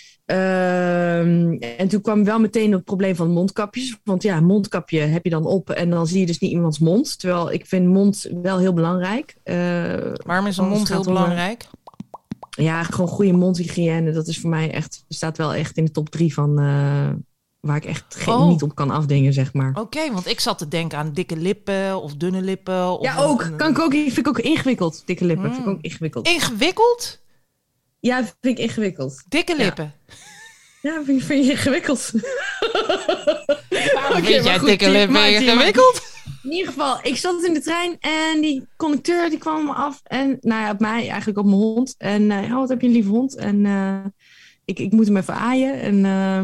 Uh, en toen kwam wel meteen het probleem van mondkapjes. Want ja, mondkapje heb je dan op en dan zie je dus niet iemands mond. Terwijl ik vind mond wel heel belangrijk. Uh, Waarom is een mond heel belangrijk? Om, ja, gewoon goede mondhygiëne. Dat is voor mij echt... staat wel echt in de top drie van... Uh, waar ik echt geen, oh. niet op kan afdingen, zeg maar. Oké, okay, want ik zat te denken aan dikke lippen of dunne lippen. Of ja, ook. Een... Kan ik ook. Vind ik ook ingewikkeld. Dikke lippen. Mm. Vind ik ook ingewikkeld. Ingewikkeld? Ja, vind ik ingewikkeld. Dikke lippen? Ja, ja vind, vind je ingewikkeld. Waarom okay, vind jij goed, dikke lippen ingewikkeld? In ieder geval, ik zat in de trein en die conducteur die kwam me af. En nou ja, op mij, eigenlijk op mijn hond. En uh, oh, wat heb je een lieve hond? En uh, ik, ik moet hem even aaien. En... Uh,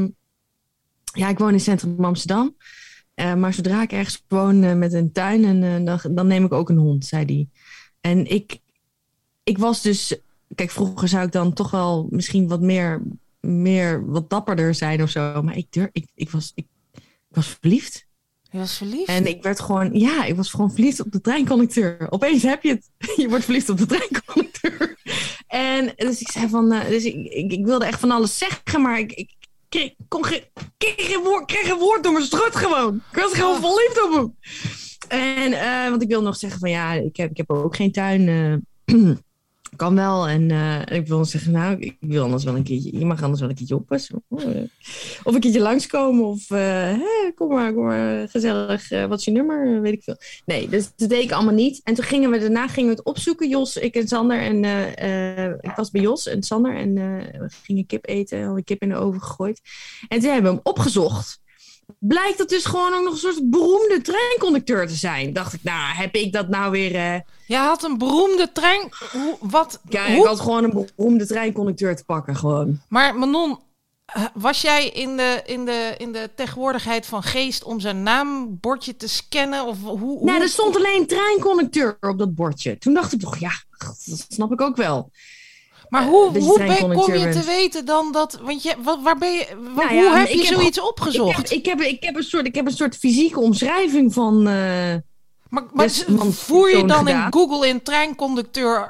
Ja, ik woon in het centrum Amsterdam. Uh, maar zodra ik ergens woon uh, met een tuin, en, uh, dan, dan neem ik ook een hond, zei hij. En ik, ik was dus... Kijk, vroeger zou ik dan toch wel misschien wat meer, meer wat dapperder zijn of zo. Maar ik, durf, ik, ik, was, ik, ik was verliefd. Je was verliefd? En ik werd gewoon... Ja, ik was gewoon verliefd op de treinconducteur. Opeens heb je het. Je wordt verliefd op de treinconducteur. En dus ik zei van... Uh, dus ik, ik, ik wilde echt van alles zeggen, maar ik... ik Ik kon geen, geen, woord, kreeg geen woord door mijn strot gewoon. Ik was gewoon vol liefde op hem. En, uh, want ik wil nog zeggen van ja, ik heb, ik heb ook geen tuin. Uh, kan wel. En uh, ik wil nog zeggen, nou, ik wil anders wel een keertje, je mag anders wel een keertje oppassen. Of een keertje langskomen. Of uh, hey, kom maar, kom maar, gezellig. Uh, wat is je nummer? Weet ik veel. Nee, dus dat deed ik allemaal niet. En toen gingen we, daarna gingen we het opzoeken, Jos, ik en Sander. En uh, uh, ik was bij Jos en Sander. En uh, we gingen kip eten. Hadden kip in de oven gegooid. En toen hebben we hem opgezocht. Blijkt dat dus gewoon ook nog een soort beroemde treinconducteur te zijn. Dacht ik, nou, heb ik dat nou weer... Uh... Je had een beroemde trein... Hoe, wat? Ja, Hoe? ik had gewoon een beroemde treinconducteur te pakken, gewoon. Maar Manon, was jij in de, in de, in de tegenwoordigheid van geest om zijn naambordje te scannen? Of hoe, hoe... Nee, er stond alleen treinconducteur op dat bordje. Toen dacht ik toch, ja, dat snap ik ook wel. Maar hoe, uh, hoe ben, kom je te weten dan dat... Want je, waar, waar ben je, waar, nou ja, hoe heb je zoiets heb, opgezocht? Ik heb, ik, heb, ik, heb een soort, ik heb een soort fysieke omschrijving van... Uh, maar maar voer je dan gedaan. In Google in treinconducteur...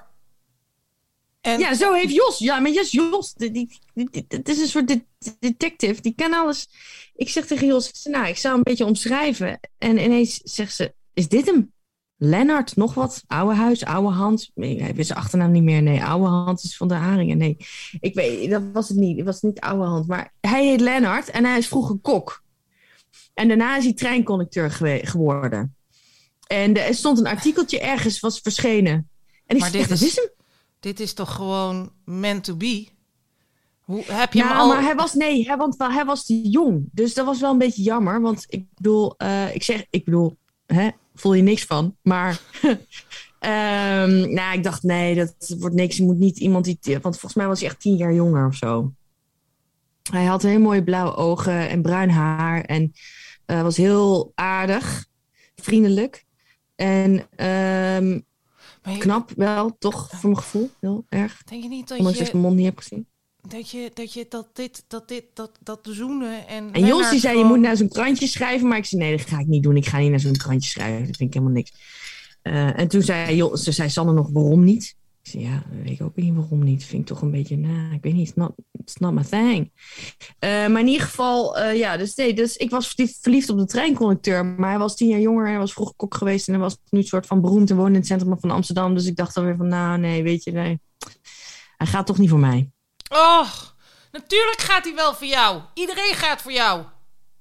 En... Ja, zo heeft Jos... Ja, maar Jos, Jos het is een soort de, detective. Die kan alles... Ik zeg tegen Jos, ik zeg, nou, ik zou een beetje omschrijven. En ineens zegt ze, is dit hem? Lennart, nog wat? Oude huis, oude hand. Nee, hij wist zijn achternaam niet meer. Nee, oude hand is van de Haringen. Nee, ik weet, dat was het niet. Het was niet oude hand. Maar hij heet Lennart en hij is vroeger kok. En daarna is hij treinconducteur gewe- geworden. En er stond een artikeltje ergens, was verschenen. En ik maar zeg, dit dat is, is hem. Dit is toch gewoon meant to be? Hoe, heb je nou, hem al... maar hij was, nee, hij, want hij was te jong. Dus dat was wel een beetje jammer. Want ik bedoel, uh, ik zeg, ik bedoel... Hè, voel je niks van. Maar um, nou, ik dacht, nee, dat wordt niks. Je moet niet iemand die... Want volgens mij was hij echt tien jaar jonger of zo. Hij had heel mooie blauwe ogen en bruin haar. En uh, was heel aardig. Vriendelijk. En um, je... knap wel, toch, voor mijn gevoel. Heel erg. Denk je niet dat Ondanks je... dat ik mijn mond niet heb gezien. Dat je, dat je dat dit, dat dit, dat, dat zoenen en... En Jos die zei, gewoon... je moet naar zo'n krantje schrijven. Maar ik zei, nee, dat ga ik niet doen. Ik ga niet naar zo'n krantje schrijven. Dat vind ik helemaal niks. Uh, en toen zei, Jos, ze zei Sanne nog, waarom niet? Ik zei, ja, weet ik ook niet waarom niet. Vind ik toch een beetje, nou, ik weet niet. It's not, it's not my thing. Uh, maar in ieder geval, uh, ja, dus nee. Dus ik was verliefd op de treinconducteur. Maar hij was tien jaar jonger. Hij was vroeger kok geweest. En hij was nu een soort van beroemd en woonde in het centrum van Amsterdam. Dus ik dacht dan weer van, nou, nee, weet je, nee. Hij gaat toch niet voor mij. Och, natuurlijk gaat hij wel voor jou. Iedereen gaat voor jou.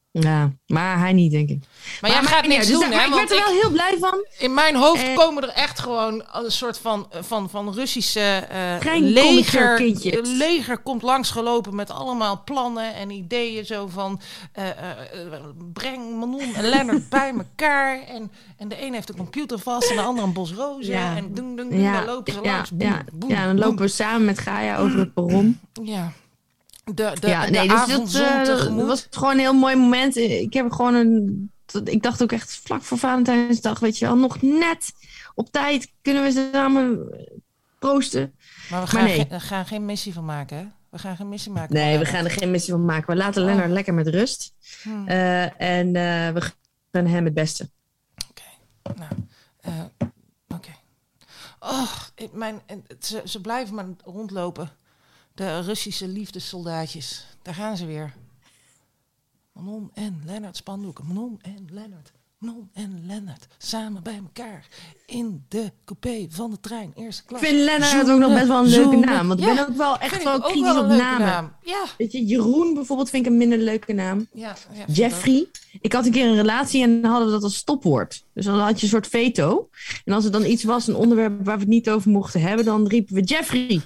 Ja, maar hij niet, denk ik. Maar, maar jij gaat niks doen, dus, hè? Maar ik werd er wel ik, heel blij van. In mijn hoofd eh, komen er echt gewoon een soort van, van, van Russische uh, Geen leger. leger komt langsgelopen met allemaal plannen en ideeën. Zo van, uh, uh, breng Manon en Lennart bij elkaar. En, en de een heeft een computer vast en de ander een bos rozen. Ja. En doen, doen, doen, ja. Dan lopen ze ja. langs. Boem, ja. boem, ja, dan boem. lopen we samen met Gaia over het perron. Ja. De, de, ja, de nee, dus avondzon dat, uh, tegemoet. was gewoon een heel mooi moment. Ik heb gewoon een... Ik dacht ook echt vlak voor Valentijnsdag, weet je wel, nog net op tijd kunnen we samen proosten. Maar we gaan, maar nee. ge- gaan geen missie van maken, hè? We gaan geen missie maken. Nee, we gaan er geen missie van maken. We laten oh. Lennart lekker met rust. Hmm. Uh, en uh, we gaan hem het beste. Oké. Okay. Nou, uh, oké. Okay. Oh, ik, mijn, ze, ze blijven maar rondlopen. De Russische liefdessoldaatjes. Daar gaan ze weer. Manon en Lennart spandoeken. Manon en Lennart. Manon en Lennart. Samen bij elkaar. In de coupé van de trein. Eerste klas. Ik vind Lennart zoenen, ook nog best wel een leuke zoenen. naam. Want ja, ik ben ook wel echt wel kritisch op namen. Naam. Ja. Weet je, Jeroen bijvoorbeeld vind ik een minder leuke naam. Ja, ja, Jeffrey. Ik had een keer een relatie en dan hadden we dat als stopwoord. Dus dan had je een soort veto. En als er dan iets was, een onderwerp waar we het niet over mochten hebben, dan riepen we Jeffrey.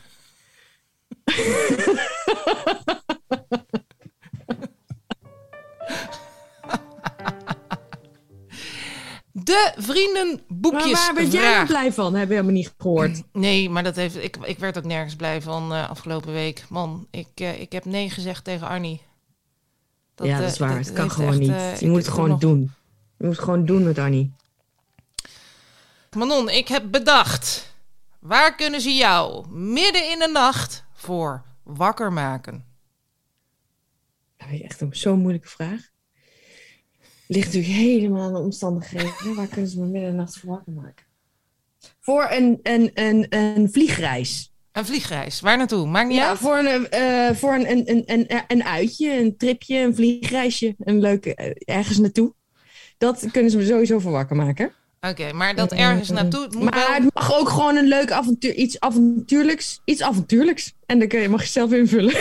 De vriendenboekjes. Maar waar ben jij nou blij van? Hebben we helemaal niet gehoord. Nee, maar dat heeft, ik, ik werd ook nergens blij van uh, afgelopen week. Man, ik, uh, ik heb nee gezegd tegen Arnie. Dat, ja, dat is waar. Uh, dat het kan gewoon echt, niet. Uh, je moet het gewoon nog... doen. Je moet het gewoon doen met Arnie. Manon, ik heb bedacht. Waar kunnen ze jou midden in de nacht voor wakker maken? Dat is echt een zo'n moeilijke vraag. Ligt natuurlijk helemaal aan de omstandigheden. Waar kunnen ze me midden in de nacht voor wakker maken? Voor een, een, een, een vliegreis. Een vliegreis? Waar naartoe? Maakt niet ja, uit? voor, een, uh, voor een, een, een, een, een uitje, een tripje, een vliegreisje. Een leuke, uh, ergens naartoe. Dat kunnen ze me sowieso voor wakker maken. Oké, okay, maar dat ergens naartoe... Het moet maar wel... het mag ook gewoon een leuk avontuur, iets avontuurlijks. Iets avontuurlijks. En dan kun je, mag je zelf invullen.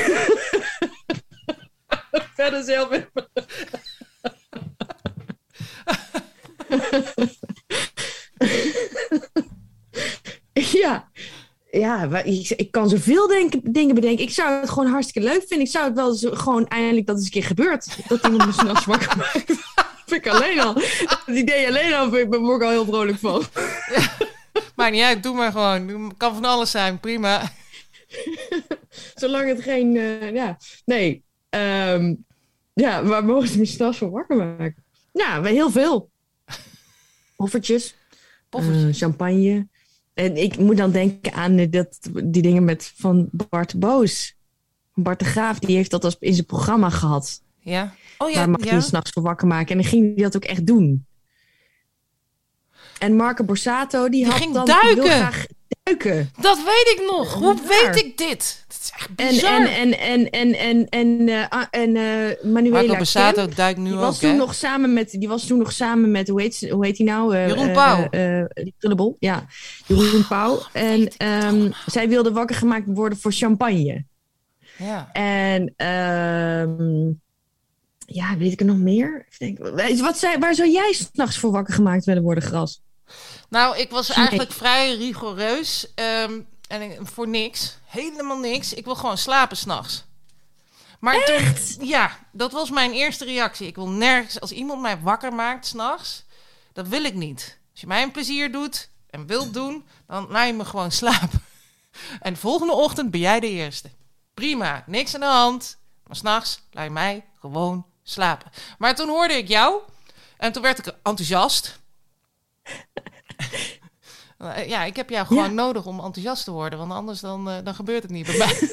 Verder zelf invullen. ja, ja maar ik, ik kan zoveel denken, dingen bedenken. Ik zou het gewoon hartstikke leuk vinden. Ik zou het wel zo, gewoon eindelijk dat eens een keer gebeurt. Dat iemand me s'nachts wakker maakt. Vind ik alleen al. Het idee alleen al, ik ben word ik al heel vrolijk van. Ja, maakt niet uit, doe maar gewoon. Kan van alles zijn, prima. Zolang het geen, uh, ja, nee. Um, ja, waar mogen ze me s'nachts voor wakker maken? Ja, heel veel. Poffertjes, Poffertjes. Uh, champagne. En ik moet dan denken aan uh, dat, die dingen met van Bart Boos. Bart de Graaf, die heeft dat als in zijn programma gehad. Ja. Oh ja. Waar mag je ja. s'nachts voor wakker maken. En dan ging hij dat ook echt doen. En Marco Borsato, die, die had ging dan... duiken. Wil graag duiken. Dat weet ik nog. Hoe weet ik dit? Dat is echt bizar. En, en, en, en, en, en, uh, en uh, Manuela Marco Borsato Kemp, duikt nu die ook, was toen hè? nog samen met, die was toen nog samen met, hoe heet, hoe heet hij nou? Uh, Jeroen Pauw. Uh, uh, die Trullebol, ja. Jeroen Pauw. Oh, en um, zij wilde wakker gemaakt worden voor champagne. Ja. En... Um, ja, weet ik er nog meer? Ik denk, wat zei, waar zou jij 's nachts voor wakker gemaakt willen worden, Gras? Nou, ik was eigenlijk nee. vrij rigoureus. Um, en ik, voor niks. Helemaal niks. Ik wil gewoon slapen 's nachts. Maar Echt? Toen, ja, dat was mijn eerste reactie. Ik wil nergens... Als iemand mij wakker maakt 's nachts, dat wil ik niet. Als je mij een plezier doet en wilt doen, dan laat je me gewoon slapen. En de volgende ochtend ben jij de eerste. Prima, niks aan de hand. Maar 's nachts laat je mij gewoon slapen. Maar toen hoorde ik jou en toen werd ik enthousiast. Ja, ik heb jou gewoon ja. nodig om enthousiast te worden, want anders dan, uh, dan gebeurt het niet bij mij.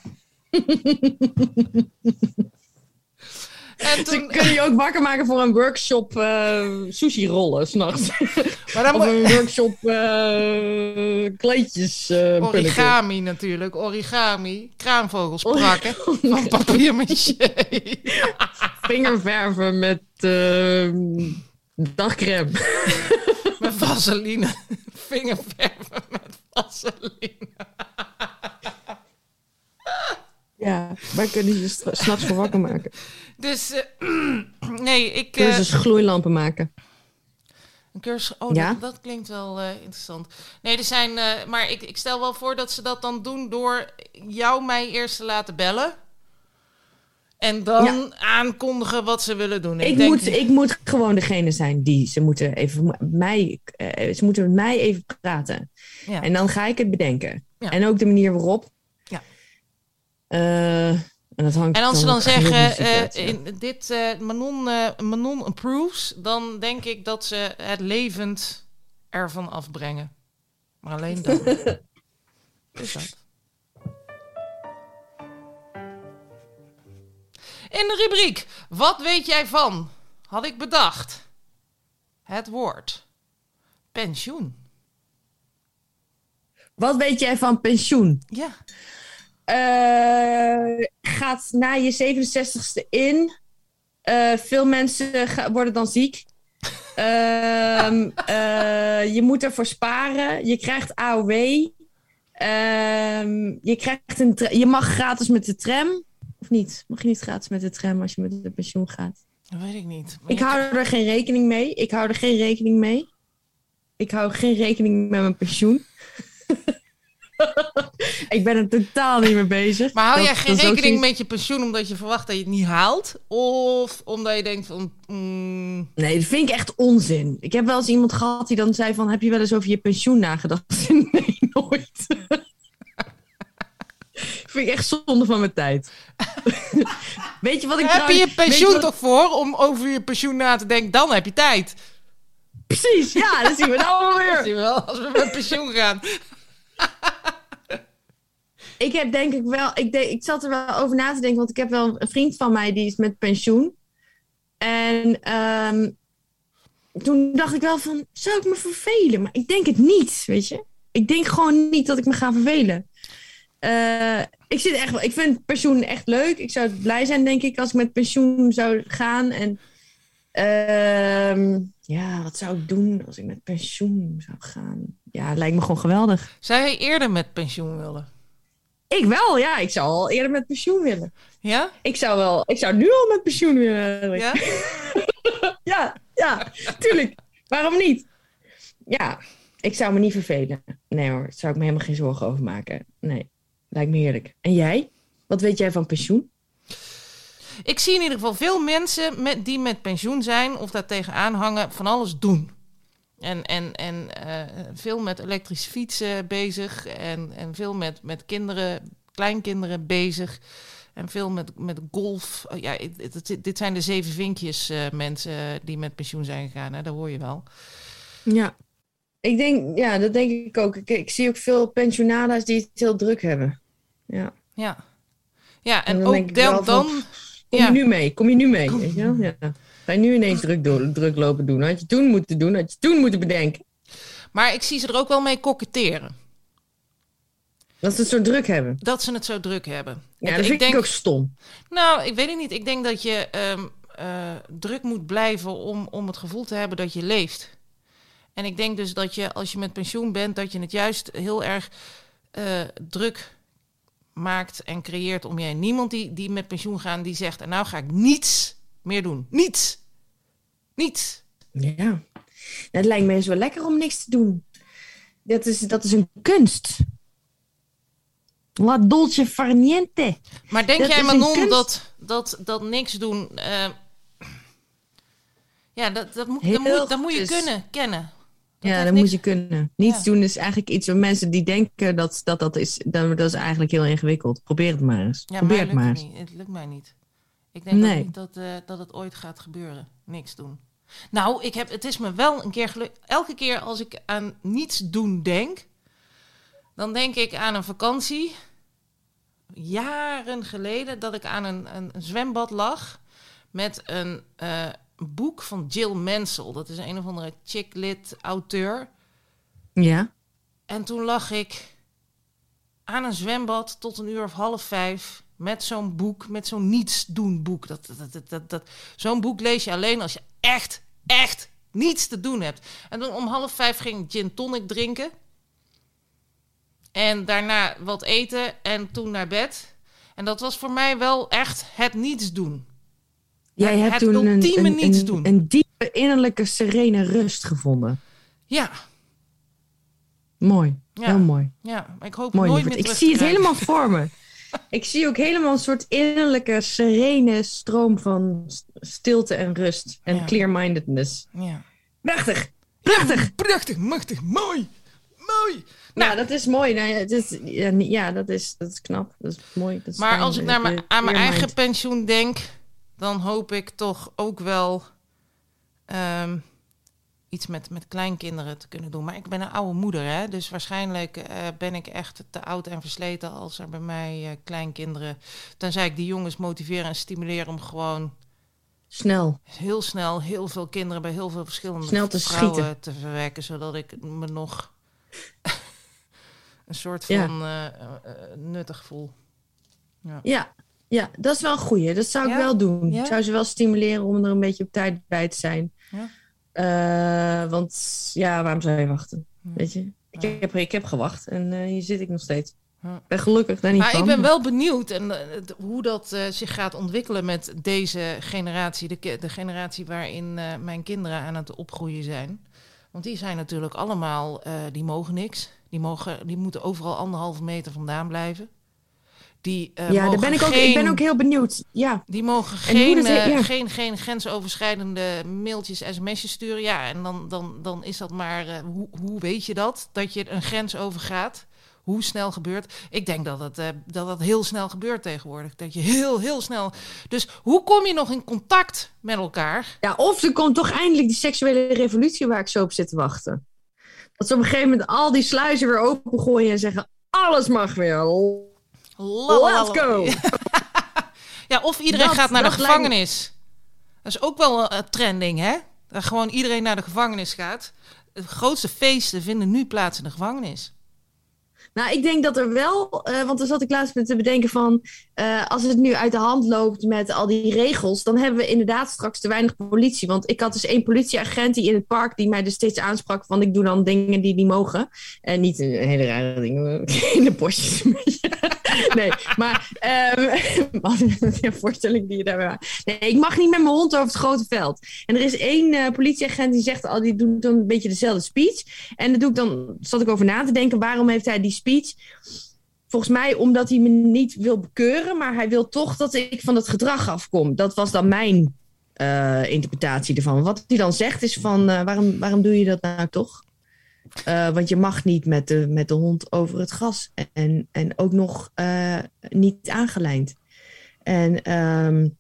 En toen... Ze kunnen je ook wakker maken voor een workshop uh, sushi rollen 's nachts. Maar dan of een workshop uh, kleedjes. Uh, origami punneken. Natuurlijk, origami. Kraanvogels prakken van papier-maché. Vingerverven met uh, dagcrème. Met vaseline. Vingerverven met vaseline. Ja, wij kunnen je st- 's nachts voor wakker maken. Dus, uh, nee, ik... Kunnen Uh, ze dus gloeilampen maken. Een cursus, oh, Ja? dat, dat klinkt wel uh, interessant. Nee, er zijn, uh, maar ik, ik stel wel voor dat ze dat dan doen door jou mij eerst te laten bellen. En dan ja. aankondigen wat ze willen doen. Ik, ik, denk, moet, ik moet gewoon degene zijn die ze moeten even mij, uh, ze moeten met mij even praten. Ja. En dan ga ik het bedenken. Ja. En ook de manier waarop. Ja. Uh, en, dat hangt en als dan ze dan zeggen, uh, uit, ja. in dit uh, Manon, uh, Manon approves, dan denk ik dat ze het levend ervan afbrengen. Maar alleen dan. Dus dat. In de rubriek, wat weet jij van? Had ik bedacht. Het woord pensioen. Wat weet jij van pensioen? Ja. Uh, gaat na je zevenenzestigste in. Uh, veel mensen ga, worden dan ziek. Uh, uh, je moet ervoor sparen. Je krijgt A O W. Uh, je, krijgt een tra- je mag gratis met de tram. Of niet? Mag je niet gratis met de tram als je met de pensioen gaat? Dat weet ik niet. Ik hou er geen rekening mee. Ik hou er geen rekening mee. Ik hou geen rekening met mijn pensioen. Ik ben er totaal niet mee bezig. Maar hou dat, jij geen rekening met je pensioen omdat je verwacht dat je het niet haalt? Of omdat je denkt van... Mm... Nee, dat vind ik echt onzin. Ik heb wel eens iemand gehad die dan zei van... Heb je wel eens over je pensioen nagedacht? Nee, nooit. Vind ik echt zonde van mijn tijd. Weet je wat ik Heb trouwens... je je pensioen wat... toch voor om over je pensioen na te denken? Dan heb je tijd. Precies, ja, dat zien we nou alweer. Dat zien we wel als we met pensioen gaan. Ik heb denk ik wel... Ik, denk, ik zat er wel over na te denken, want ik heb wel een vriend van mij die is met pensioen. En um, toen dacht ik wel van, zou ik me vervelen? Maar ik denk het niet, weet je. Ik denk gewoon niet dat ik me ga vervelen. Uh, ik, zit echt, ik vind pensioen echt leuk. Ik zou blij zijn, denk ik, als ik met pensioen zou gaan. En uh, ja, wat zou ik doen als ik met pensioen zou gaan? Ja, het lijkt me gewoon geweldig. Zou je eerder met pensioen willen? Ik wel, ja. Ik zou al eerder met pensioen willen. Ja? Ik zou wel, ik zou nu al met pensioen willen. Ja? ja, ja, tuurlijk. Waarom niet? Ja, ik zou me niet vervelen. Nee hoor, daar zou ik me helemaal geen zorgen over maken. Nee. Lijkt me heerlijk. En jij? Wat weet jij van pensioen? Ik zie in ieder geval veel mensen met, die met pensioen zijn... of daar tegenaan hangen, van alles doen. En, en, en uh, veel met elektrische fietsen bezig. En, en veel met, met kinderen, kleinkinderen bezig. En veel met, met golf. Uh, ja, het, het, dit zijn de zeven vinkjes uh, mensen die met pensioen zijn gegaan. Hè? Dat hoor je wel. Ja. Ik denk, ja, dat denk ik ook. Ik, ik zie ook veel pensionada's die het heel druk hebben. Ja. Ja. Ja, en, en ook dan... dan van, kom ja. je nu mee? Kom je nu mee? Weet je wel? Ja. Ga je nu ineens druk, do- druk lopen doen? Had je toen moeten doen? Had je toen moeten bedenken? Maar ik zie ze er ook wel mee koketteren. Dat ze het zo druk hebben? Dat ze het zo druk hebben. Ja, ik, dat vind ik, denk, ik ook stom. Nou, ik weet het niet. Ik denk dat je um, uh, druk moet blijven om, om het gevoel te hebben dat je leeft. En ik denk dus dat je, als je met pensioen bent, dat je het juist heel erg uh, druk maakt en creëert om je heen. Niemand die, die met pensioen gaat, die zegt, en nou ga ik niets meer doen. Niets. Niets. Ja. Het lijkt me eens wel lekker om niks te doen. Dat is, dat is een kunst. La dolce far niente. Maar denk dat jij, Manon, dat, dat, dat niks doen... Uh, ja, dat, dat, moet, dat, moet, dat moet je kunnen, kennen. Dat ja, dat niks... moet je kunnen. Niets ja. doen is eigenlijk iets waar mensen die denken dat dat, dat is... Dat, dat is eigenlijk heel ingewikkeld. Probeer het maar eens. Ja, Probeer het maar eens. Het, niet. Het lukt mij niet. Ik denk nee. ook niet dat, uh, dat het ooit gaat gebeuren. Niks doen. Nou, ik heb, het is me wel een keer gelukt. Elke keer als ik aan niets doen denk... dan denk ik aan een vakantie... jaren geleden... dat ik aan een, een, een zwembad lag... met een... Uh, boek van Jill Mansell. Dat is een of andere chick-lit auteur. Ja. En toen lag ik aan een zwembad tot een uur of half vijf... met zo'n boek, met zo'n niets-doen boek. Dat, dat, dat, dat, dat, zo'n boek lees je alleen als je echt, echt niets te doen hebt. En toen om half vijf ging ik gin tonic drinken. En daarna wat eten en toen naar bed. En dat was voor mij wel echt het niets doen. Jij het, hebt het toen een, ultieme een, niets een, doen. een diepe innerlijke serene rust gevonden. Ja. Mooi, Ja. heel mooi. Ja, maar ik hoop Mooi, nooit lieverd. meer Ik terug zie te het krijgen. helemaal voor me. Ik zie ook helemaal een soort innerlijke serene stroom van stilte en rust. En Ja. clear-mindedness. Ja. Prachtig, prachtig. Ja, prachtig, machtig, mooi. Mooi. Nou, ja, dat is mooi. Nou, ja, het is, ja, niet- ja, dat is, dat is knap. Dat is mooi. Dat is Maar fijn. als ik naar mijn, Eh, aan mijn clear eigen mind. pensioen denk, dan hoop ik toch ook wel um, iets met, met kleinkinderen te kunnen doen. Maar ik ben een oude moeder, hè? Dus waarschijnlijk uh, ben ik echt te oud en versleten als er bij mij uh, kleinkinderen... Tenzij ik die jongens motiveren en stimuleer om gewoon... Snel. Heel snel heel veel kinderen bij heel veel verschillende Snel te vrouwen schieten. te verwekken, zodat ik me nog een soort Ja. van uh, uh, nuttig voel. Ja. Ja, ja, dat is wel een goeie. Dat zou ik Ja? wel doen. Ja? Ik zou ze wel stimuleren om er een beetje op tijd bij te zijn. Ja? Uh, want ja, waarom zou je wachten? Ja. Weet je? Ik, Ja. heb, ik heb gewacht en uh, hier zit ik nog steeds. Ja. Ik ben gelukkig daar niet Maar van. ik ben wel benieuwd en, uh, d- hoe dat uh, zich gaat ontwikkelen met deze generatie. De, ki- de generatie waarin uh, mijn kinderen aan het opgroeien zijn. Want die zijn natuurlijk allemaal, uh, die mogen niks. Die, mogen, die moeten overal anderhalve meter vandaan blijven. Die, uh, ja, daar mogen ben ik, ook, geen, ik ben ook heel benieuwd. Ja. Die mogen En hoe geen, dat heet, uh, ja. geen, geen grensoverschrijdende mailtjes, sms'jes sturen. Ja, en dan, dan, dan is dat maar... Uh, hoe, hoe weet je dat? Dat je een grens overgaat? Hoe snel gebeurt? Ik denk dat het, uh, dat het heel snel gebeurt tegenwoordig. Dat je heel, heel snel... Dus hoe kom je nog in contact met elkaar? Ja, of er komt toch eindelijk die seksuele revolutie waar ik zo op zit te wachten. Dat ze op een gegeven moment al die sluizen weer opengooien en zeggen... Alles mag weer. Let's go! Ja, of iedereen Dat- gaat naar de dat lijkt me- gevangenis. Dat is ook wel een trending, hè? Dat gewoon iedereen naar de gevangenis gaat. De grootste feesten vinden nu plaats in de gevangenis. Nou, ik denk dat er wel, uh, want er zat ik laatst met te bedenken van, uh, als het nu uit de hand loopt met al die regels, dan hebben we inderdaad straks te weinig politie. Want ik had dus één politieagent die in het park die mij dus steeds aansprak van ik doe dan dingen die niet mogen. En niet een hele rare dingen, in de bosjes. Nee, maar um, een voorstelling die je daarbij maakt. Nee, ik mag niet met mijn hond over het grote veld. En er is één uh, politieagent die zegt al, die doet dan een beetje dezelfde speech. En dan doe ik dan, zat ik over na te denken, waarom heeft hij die speech? Volgens mij omdat hij me niet wil bekeuren, maar hij wil toch dat ik van het gedrag afkom. Dat was dan mijn uh, interpretatie ervan. Wat hij dan zegt is van, uh, waarom, waarom doe je dat nou toch? Uh, want je mag niet met de, met de hond over het gras. En, en ook nog uh, niet aangelijnd. En, um,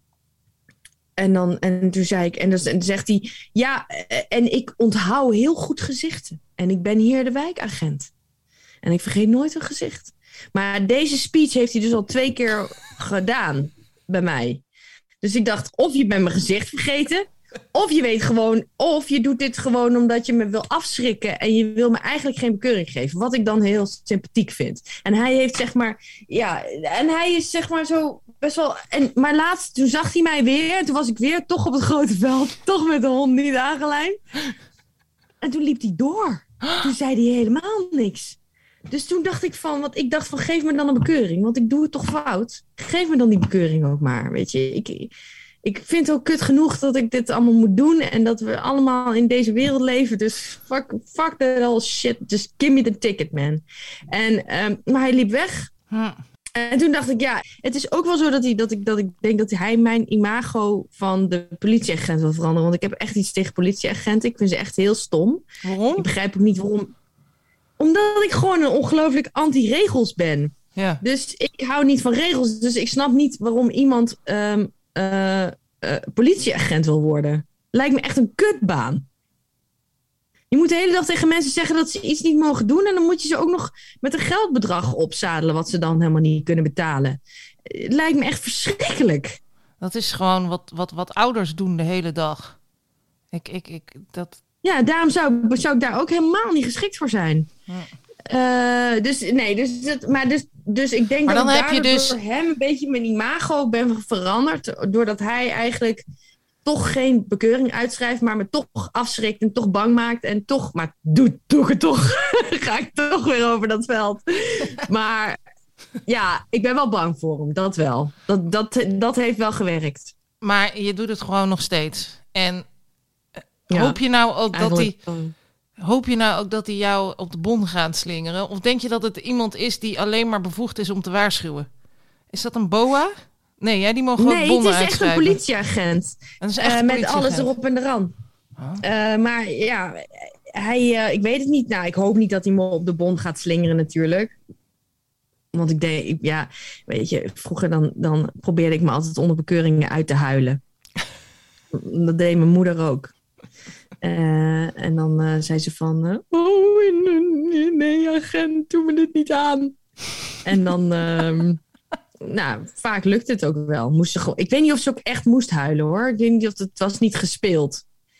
en, dan, en toen zei ik, en dan, en dan zegt hij, ja, en ik onthoud heel goed gezichten. En ik ben hier de wijkagent. En ik vergeet nooit een gezicht. Maar deze speech heeft hij dus al twee keer gedaan bij mij. Dus ik dacht, of je bent mijn gezicht vergeten... Of je weet gewoon, of je doet dit gewoon omdat je me wil afschrikken en je wil me eigenlijk geen bekeuring geven. Wat ik dan heel sympathiek vind. En hij heeft zeg maar, ja, en hij is zeg maar zo best wel. En, maar laatst, toen zag hij mij weer, toen was ik weer toch op het grote veld, toch met de hond niet aangelijnd. En toen liep hij door. Toen zei hij helemaal niks. Dus toen dacht ik van, want ik dacht van, geef me dan een bekeuring, want ik doe het toch fout. Geef me dan die bekeuring ook maar, weet je. Ik. Ik vind het ook kut genoeg dat ik dit allemaal moet doen. En dat we allemaal in deze wereld leven. Dus fuck, fuck that all shit. Just give me the ticket, man. En, um, maar hij liep weg. Hm. En toen dacht ik, ja, het is ook wel zo dat, hij, dat, ik, dat ik denk dat hij mijn imago van de politieagent wil veranderen. Want ik heb echt iets tegen politieagenten. Ik vind ze echt heel stom. Waarom? Ik begrijp ook niet waarom. Omdat ik gewoon een ongelooflijk anti-regels ben. Ja. Dus ik hou niet van regels. Dus ik snap niet waarom iemand... Um, Uh, uh, politieagent wil worden. Lijkt me echt een kutbaan. Je moet de hele dag tegen mensen zeggen dat ze iets niet mogen doen... en dan moet je ze ook nog met een geldbedrag opzadelen... wat ze dan helemaal niet kunnen betalen. Het lijkt me echt verschrikkelijk. Dat is gewoon wat, wat, wat ouders doen de hele dag. Ik, ik, ik, dat... Ja, daarom zou, zou ik daar ook helemaal niet geschikt voor zijn. Ja. Uh, dus nee, dus, dat, maar dus, dus ik denk maar dat dan ik heb je dus... door hem een beetje mijn imago ben veranderd. Doordat hij eigenlijk toch geen bekeuring uitschrijft, maar me toch afschrikt en toch bang maakt. En toch, maar doe, doe ik het toch. Ga ik toch weer over dat veld. Maar Ja, ik ben wel bang voor hem. Dat wel. Dat, dat, dat heeft wel gewerkt. Maar je doet het gewoon nog steeds. En Ja, hoop je nou ook dat hij... uh, Hoop je nou ook dat hij jou op de bon gaat slingeren? Of denk je dat het iemand is die alleen maar bevoegd is om te waarschuwen? Is dat een boa? Nee, hè? Die mogen ook nee, bonnen het is echt een uitschrijven. politieagent. Dat is echt Uh, een met politieagent. alles erop en eraan. Oh. Uh, maar ja, hij, uh, ik weet het niet. Nou, ik hoop niet dat hij me op de bon gaat slingeren natuurlijk. Want ik deed, ja, weet je, vroeger dan, dan probeerde ik me altijd onder bekeuringen uit te huilen. Dat deed mijn moeder ook. Uh, en dan uh, zei ze van, uh, oh nee, nee, agent, doe me dit niet aan. En dan, uh, nou, vaak lukt het ook wel. Moest ze gewoon, ik weet niet of ze ook echt moest huilen hoor. Ik weet niet of het, het was niet gespeeld.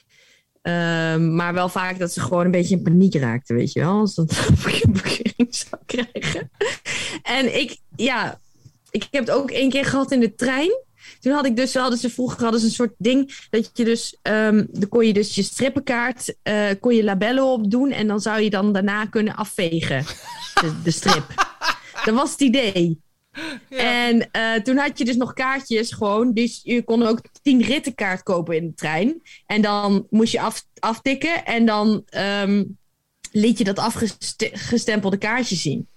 Uh, maar wel vaak dat ze gewoon een beetje in paniek raakte, weet je wel. Als dat ik een bekering zou krijgen. En ik, ja, ik heb het ook één keer gehad in de trein. Toen had ik dus, hadden ze vroeger hadden ze een soort ding dat je dus, um, dan kon je dus je strippenkaart, uh, kon je labellen op doen en dan zou je dan daarna kunnen afvegen, de, de strip. Dat was het idee. Ja. En uh, toen had je dus nog kaartjes gewoon, dus je kon ook tien rittenkaart kopen in de trein. En dan moest je af, aftikken en dan um, liet je dat afgestempelde kaartje zien.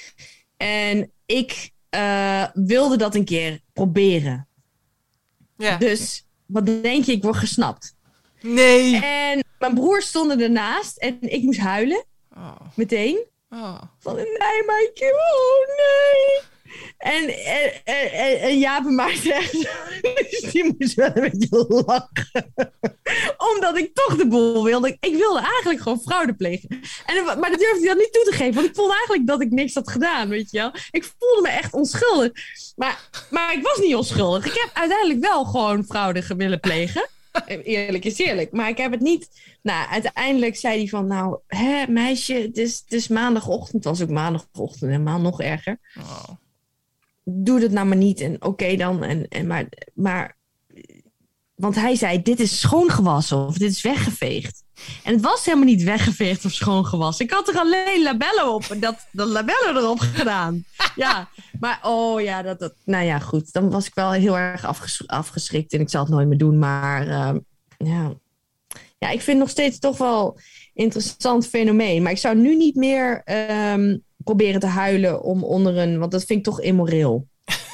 En ik uh, wilde dat een keer proberen. Ja. Dus wat denk je, ik word gesnapt. Nee. En mijn broers stonden ernaast en ik moest huilen. Oh. Meteen. Oh. Van een nee, meisje, oh nee. En, en, en, en, en Jaap maakte echt dus die moest wel een beetje lachen. Omdat ik toch de boel wilde. Ik wilde eigenlijk gewoon fraude plegen. En, maar dat durfde hij dan niet toe te geven. Want ik voelde eigenlijk dat ik niks had gedaan, weet je wel. Ik voelde me echt onschuldig. Maar, maar ik was niet onschuldig. Ik heb uiteindelijk wel gewoon fraude willen plegen. Eerlijk is eerlijk. Maar ik heb het niet... Nou, uiteindelijk zei hij van... Nou, hè, meisje, het is, het is maandagochtend. Het was ook maandagochtend. Helemaal nog erger. Oh. Doe dat nou maar niet. En oké okay dan. En, en maar, maar... Want hij zei, dit is schoongewassen. Of dit is weggeveegd. En het was helemaal niet weggeveegd of schoongewassen. Ik had er alleen labellen op. En dat, dat labellen erop gedaan. Ja, maar oh ja, dat, dat... Nou ja, goed. Dan was ik wel heel erg afges, afgeschrikt. En ik zal het nooit meer doen. Maar uh, ja... Ja, ik vind het nog steeds toch wel een interessant fenomeen. Maar ik zou nu niet meer um, proberen te huilen om onder een... Want dat vind ik toch immoreel.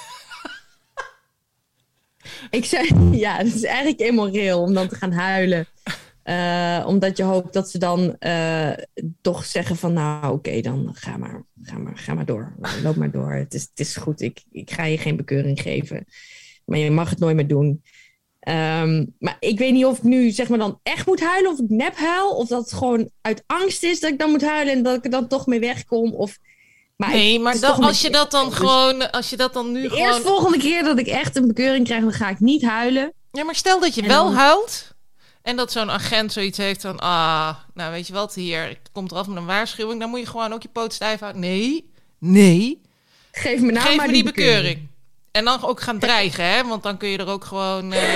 Ik zeg, ja, het is eigenlijk immoreel om dan te gaan huilen. Uh, omdat je hoopt dat ze dan uh, toch zeggen van... Nou, oké, okay, dan ga maar, ga maar, ga maar door. Loop maar door. Het is, het is goed, ik, ik ga je geen bekeuring geven. Maar je mag het nooit meer doen. Um, maar ik weet niet of ik nu zeg maar dan echt moet huilen... of ik nep huil, of dat het gewoon uit angst is... dat ik dan moet huilen en dat ik er dan toch mee wegkom. Of... Maar nee, ik, maar dan, als je dat dan dus gewoon... Als je dat dan nu de gewoon... eerste volgende keer dat ik echt een bekeuring krijg... dan ga ik niet huilen. Ja, maar stel dat je en wel dan... huilt... en dat zo'n agent zoiets heeft van... ah, nou weet je wat, hier komt eraf met een waarschuwing... dan moet je gewoon ook je poot stijf houden. Nee, nee. Geef me nou Geef maar me die die bekeuring. bekeuring. En dan ook gaan dreigen, hè? Want dan kun je er ook gewoon... Uh...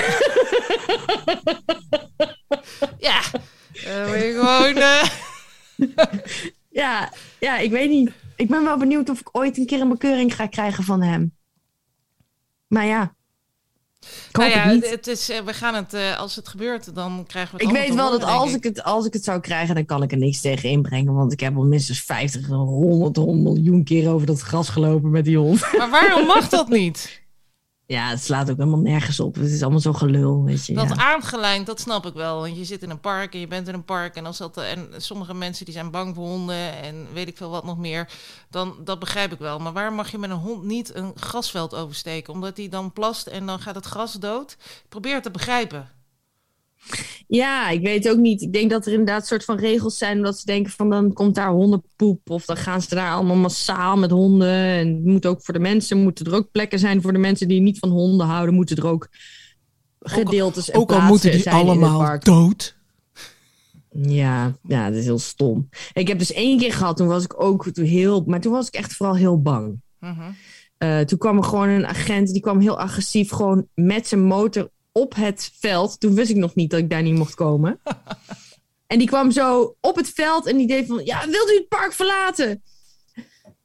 ja, dan moet je gewoon... Uh... ja, ja, ik weet niet. Ik ben wel benieuwd of ik ooit een keer een bekeuring ga krijgen van hem. Maar ja, ik hoop nou ja, het niet. Het is, we gaan het, uh, als het gebeurt, dan krijgen we het Ik weet wel horen, dat als ik. ik, het, als ik het zou krijgen, dan kan ik er niks tegen inbrengen. Want ik heb al minstens vijftig, honderd, honderd miljoen keer over dat gras gelopen met die hond. Maar waarom mag dat niet? Ja, het slaat ook helemaal nergens op. Het is allemaal zo gelul, weet je. Dat ja. aangelijnd, dat snap ik wel. Want je zit in een park en je bent in een park... en, als dat, en sommige mensen die zijn bang voor honden... en weet ik veel wat nog meer. Dan, dat begrijp ik wel. Maar waarom mag je met een hond niet een grasveld oversteken? Omdat hij dan plast en dan gaat het gras dood? Ik probeer het te begrijpen. Ja, ik weet ook niet. Ik denk dat er inderdaad soort van regels zijn... omdat ze denken van dan komt daar hondenpoep... of dan gaan ze daar allemaal massaal met honden. En het moet ook voor de mensen... moeten er ook plekken zijn voor de mensen die niet van honden houden... moeten er ook gedeeltes en ook al moeten die zijn allemaal dood. Ja, ja, dat is heel stom. Ik heb dus één keer gehad, toen was ik ook heel... maar toen was ik echt vooral heel bang. Uh-huh. Uh, toen kwam er gewoon een agent... die kwam heel agressief gewoon met zijn motor... op het veld. Toen wist ik nog niet dat ik daar niet mocht komen. En die kwam zo op het veld en die deed van... ja, wilt u het park verlaten?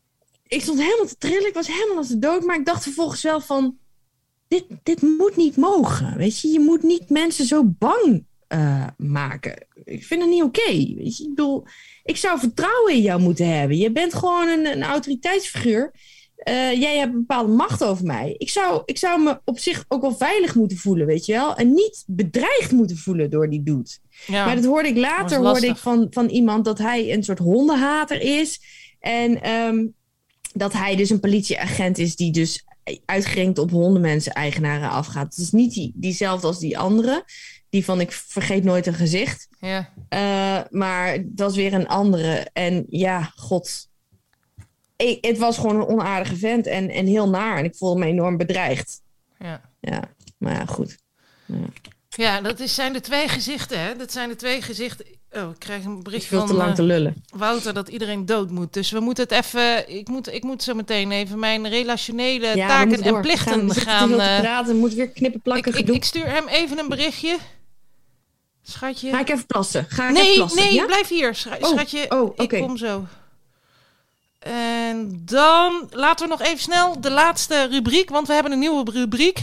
ik stond helemaal te trillen. Ik was helemaal als de dood. Maar ik dacht vervolgens wel van... Dit, dit moet niet mogen. Weet je, je moet niet mensen zo bang uh, maken. Ik vind dat niet oké. Okay, weet je, ik bedoel... Ik zou vertrouwen in jou moeten hebben. Je bent gewoon een, een autoriteitsfiguur. Uh, jij hebt een bepaalde macht over mij. Ik zou, ik zou me op zich ook wel veilig moeten voelen, weet je wel. En niet bedreigd moeten voelen door die dude. Ja, maar dat hoorde ik later hoorde ik van, van iemand dat hij een soort hondenhater is. En um, dat hij dus een politieagent is die dus uitgerekend op hondenmensen eigenaren afgaat. Het is niet die, diezelfde als die andere. Die van ik vergeet nooit een gezicht. Ja. Uh, maar dat is weer een andere. En ja, god. Ik, het was gewoon een onaardige vent en, en heel naar. En ik voelde me enorm bedreigd. Ja. Ja, maar ja, goed. Ja, ja dat is, zijn de twee gezichten, hè? Dat zijn de twee gezichten. Oh, ik krijg een bericht veel van te lang uh, te lullen. Wouter dat iedereen dood moet. Dus we moeten het even... Ik moet, ik moet zo meteen even mijn relationele ja, taken en plichten we gaan... gaan... We uh, te praten, we moeten weer knippen, plakken, ik, ik, ik stuur hem even een berichtje. Schatje. Ga ik even plassen? Ga ik nee, even plassen? nee, ja? blijf hier. Scha- oh, schatje, oh, okay. ik kom zo. En dan laten we nog even snel de laatste rubriek, want we hebben een nieuwe rubriek.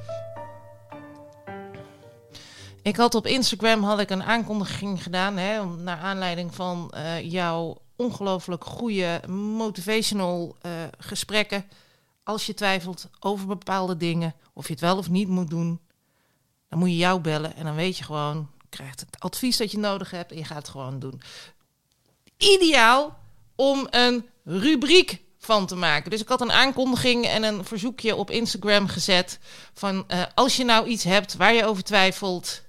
Ik had op Instagram had ik een aankondiging gedaan, hè, naar aanleiding van uh, jouw ongelooflijk goede motivational uh, gesprekken. Als je twijfelt over bepaalde dingen, of je het wel of niet moet doen, dan moet je jou bellen en dan weet je gewoon, krijgt het advies dat je nodig hebt en je gaat het gewoon doen. Ideaal om een rubriek van te maken. Dus ik had een aankondiging en een verzoekje op Instagram gezet van uh, als je nou iets hebt waar je over twijfelt,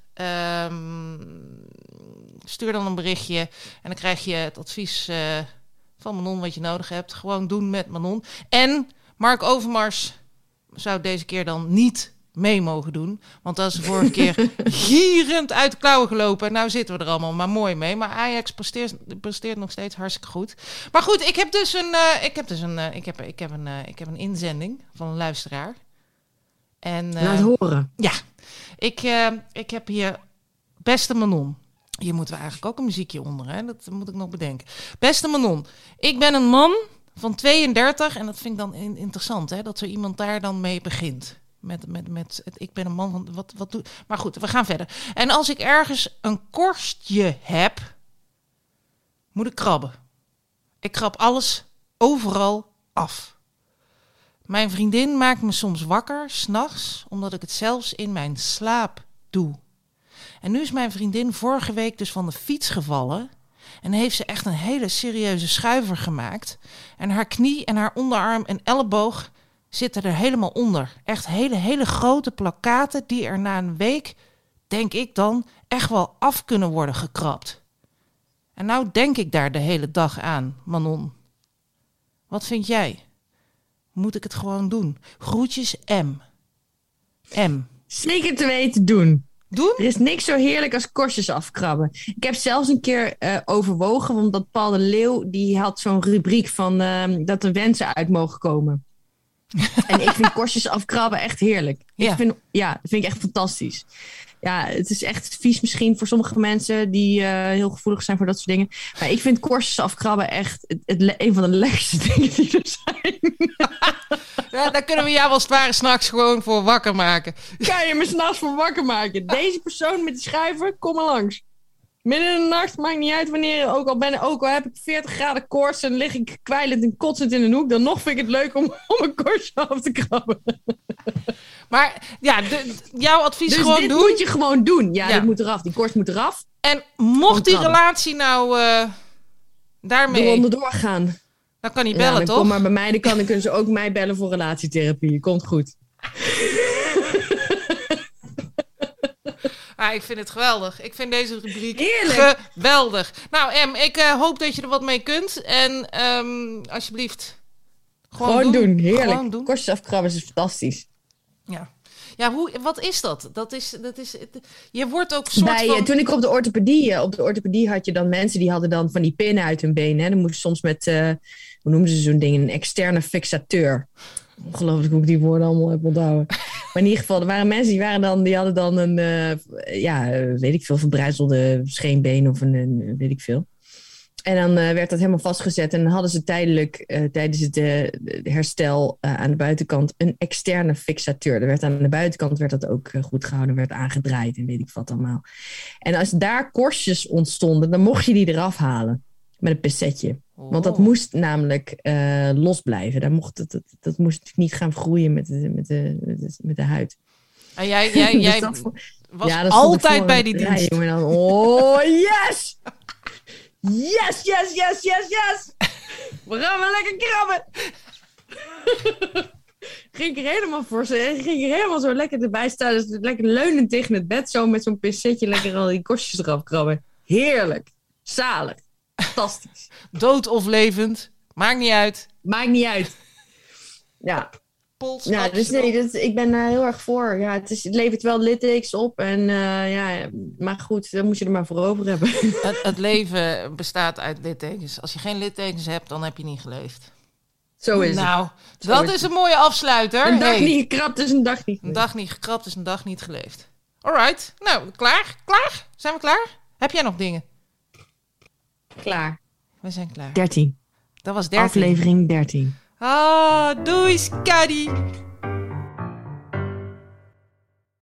um, stuur dan een berichtje en dan krijg je het advies uh, van Manon wat je nodig hebt. Gewoon doen met Manon. En Mark Overmars zou deze keer dan niet mee mogen doen. Want dat is de vorige keer gierend uit de klauwen gelopen. En nou zitten we er allemaal maar mooi mee. Maar Ajax presteert, presteert nog steeds hartstikke goed. Maar goed, ik heb dus een, uh, ik heb dus een, uh, ik heb, ik heb een, uh, ik heb een inzending van een luisteraar. En, uh, laat horen. Ja, ik, uh, ik heb hier beste Manon. Hier moeten we eigenlijk ook een muziekje onder, hè? Dat moet ik nog bedenken. Beste Manon, ik ben een man van tweeëndertig en dat vind ik dan in, interessant, hè? Dat zo iemand daar dan mee begint. Met, met, met het, ik ben een man van... Wat, wat doe, maar goed, we gaan verder. En als ik ergens een korstje heb, moet ik krabben. Ik krab alles overal af. Mijn vriendin maakt me soms wakker, 's nachts, omdat ik het zelfs in mijn slaap doe. En nu is mijn vriendin vorige week dus van de fiets gevallen en heeft ze echt een hele serieuze schuiver gemaakt. En haar knie en haar onderarm en elleboog zitten er helemaal onder. Echt hele, hele grote plakkaten die er na een week, denk ik dan, echt wel af kunnen worden gekrapt. En nou denk ik daar de hele dag aan, Manon. Wat vind jij? Moet ik het gewoon doen? Groetjes M. M. Zeker te weten doen. Doen? Er is niks zo heerlijk als korstjes afkrabben. Ik heb zelfs een keer uh, overwogen, omdat Paul de Leeuw, die had zo'n rubriek van uh, dat er wensen uit mogen komen. En ik vind korstjes afkrabben echt heerlijk. Ja. Ik vind, ja, dat vind ik echt fantastisch. Ja, het is echt vies misschien voor sommige mensen die uh, heel gevoelig zijn voor dat soort dingen. Maar ik vind korstjes afkrabben echt het, het, een van de lekkerste dingen die er zijn. Ja, daar kunnen we jou als het ware s'nachts gewoon voor wakker maken. Kan je me s'nachts voor wakker maken? Deze persoon met de schuiver, kom maar langs. Midden in de nacht, maakt niet uit wanneer, ook al, ben, ook al heb ik veertig graden koorts en lig ik kwijlend en kotsend in een hoek, dan nog vind ik het leuk om, om een korstje af te krabben. Maar ja, de, jouw advies dus gewoon dit doen. moet je gewoon doen. Ja, ja, dit moet eraf. Die korst moet eraf. En mocht die relatie nou uh, daarmee... Door onderdoor gaan. Dan kan hij bellen, ja, dan toch? Kom maar bij mij, dan, kan, dan kunnen ze ook mij bellen voor relatietherapie. Komt goed. Ah, ik vind het geweldig. Ik vind deze rubriek heerlijk. Geweldig. Nou, Em, ik uh, hoop dat je er wat mee kunt. En um, alsjeblieft, gewoon, gewoon doen. doen. Heerlijk. Gewoon doen. Korstjes afkrabben is fantastisch. Ja. Ja, hoe, wat is dat? Dat is, dat is, je wordt ook soort Bij, van... Toen ik op de orthopedie, op de orthopedie had je dan mensen die hadden dan van die pinnen uit hun benen. Dan moest je soms met, uh, hoe noemen ze zo'n ding, een externe fixateur. Ongelooflijk hoe ik die woorden allemaal heb onthouden. Maar in ieder geval, er waren mensen die, waren dan, die hadden dan een, uh, ja, weet ik veel, verbrijzelde scheenbeen of een, een, weet ik veel. En dan uh, werd dat helemaal vastgezet. En dan hadden ze tijdelijk uh, tijdens het uh, herstel uh, aan de buitenkant een externe fixateur. Er werd aan de buitenkant werd dat ook uh, goed gehouden, werd aangedraaid en weet ik wat allemaal. En als daar korstjes ontstonden, dan mocht je die eraf halen met een pincetje. Oh. Want dat moest namelijk uh, los blijven. Dat, mocht, dat, dat, dat moest niet gaan groeien met de, met de, met de, met de huid. En jij, jij, jij dus dat, was ja, altijd bij die dienst. Ja, dan, oh, yes! Yes, yes, yes, yes, yes! We gaan wel lekker krabben! Ging ik er helemaal voor. Ging ik er helemaal zo lekker erbij staan. Dus lekker leunend tegen het bed. Zo met zo'n pincetje lekker al die korstjes eraf krabben. Heerlijk. Zalig. Fantastisch. Dood of levend. Maakt niet uit. Maakt niet uit. Ja. Pols, ja, dus nee, dat, ik ben daar heel erg voor. Ja, het, is, het levert wel littekens op. En, uh, ja, maar goed, dan moet je er maar voor over hebben. Het, het leven bestaat uit littekens. Als je geen littekens hebt, dan heb je niet geleefd. Zo is nou, het. Nou, dat is, is een mooie afsluiter. Een dag hey. niet gekrapt is een dag niet geleefd. Een dag niet gekrapt is een dag niet geleefd. Alright. Nou, klaar? Klaar? Zijn we klaar? Heb jij nog dingen? Klaar. We zijn klaar. dertien. Dat was dertien. Aflevering dertien. Ah, doei, Skadi.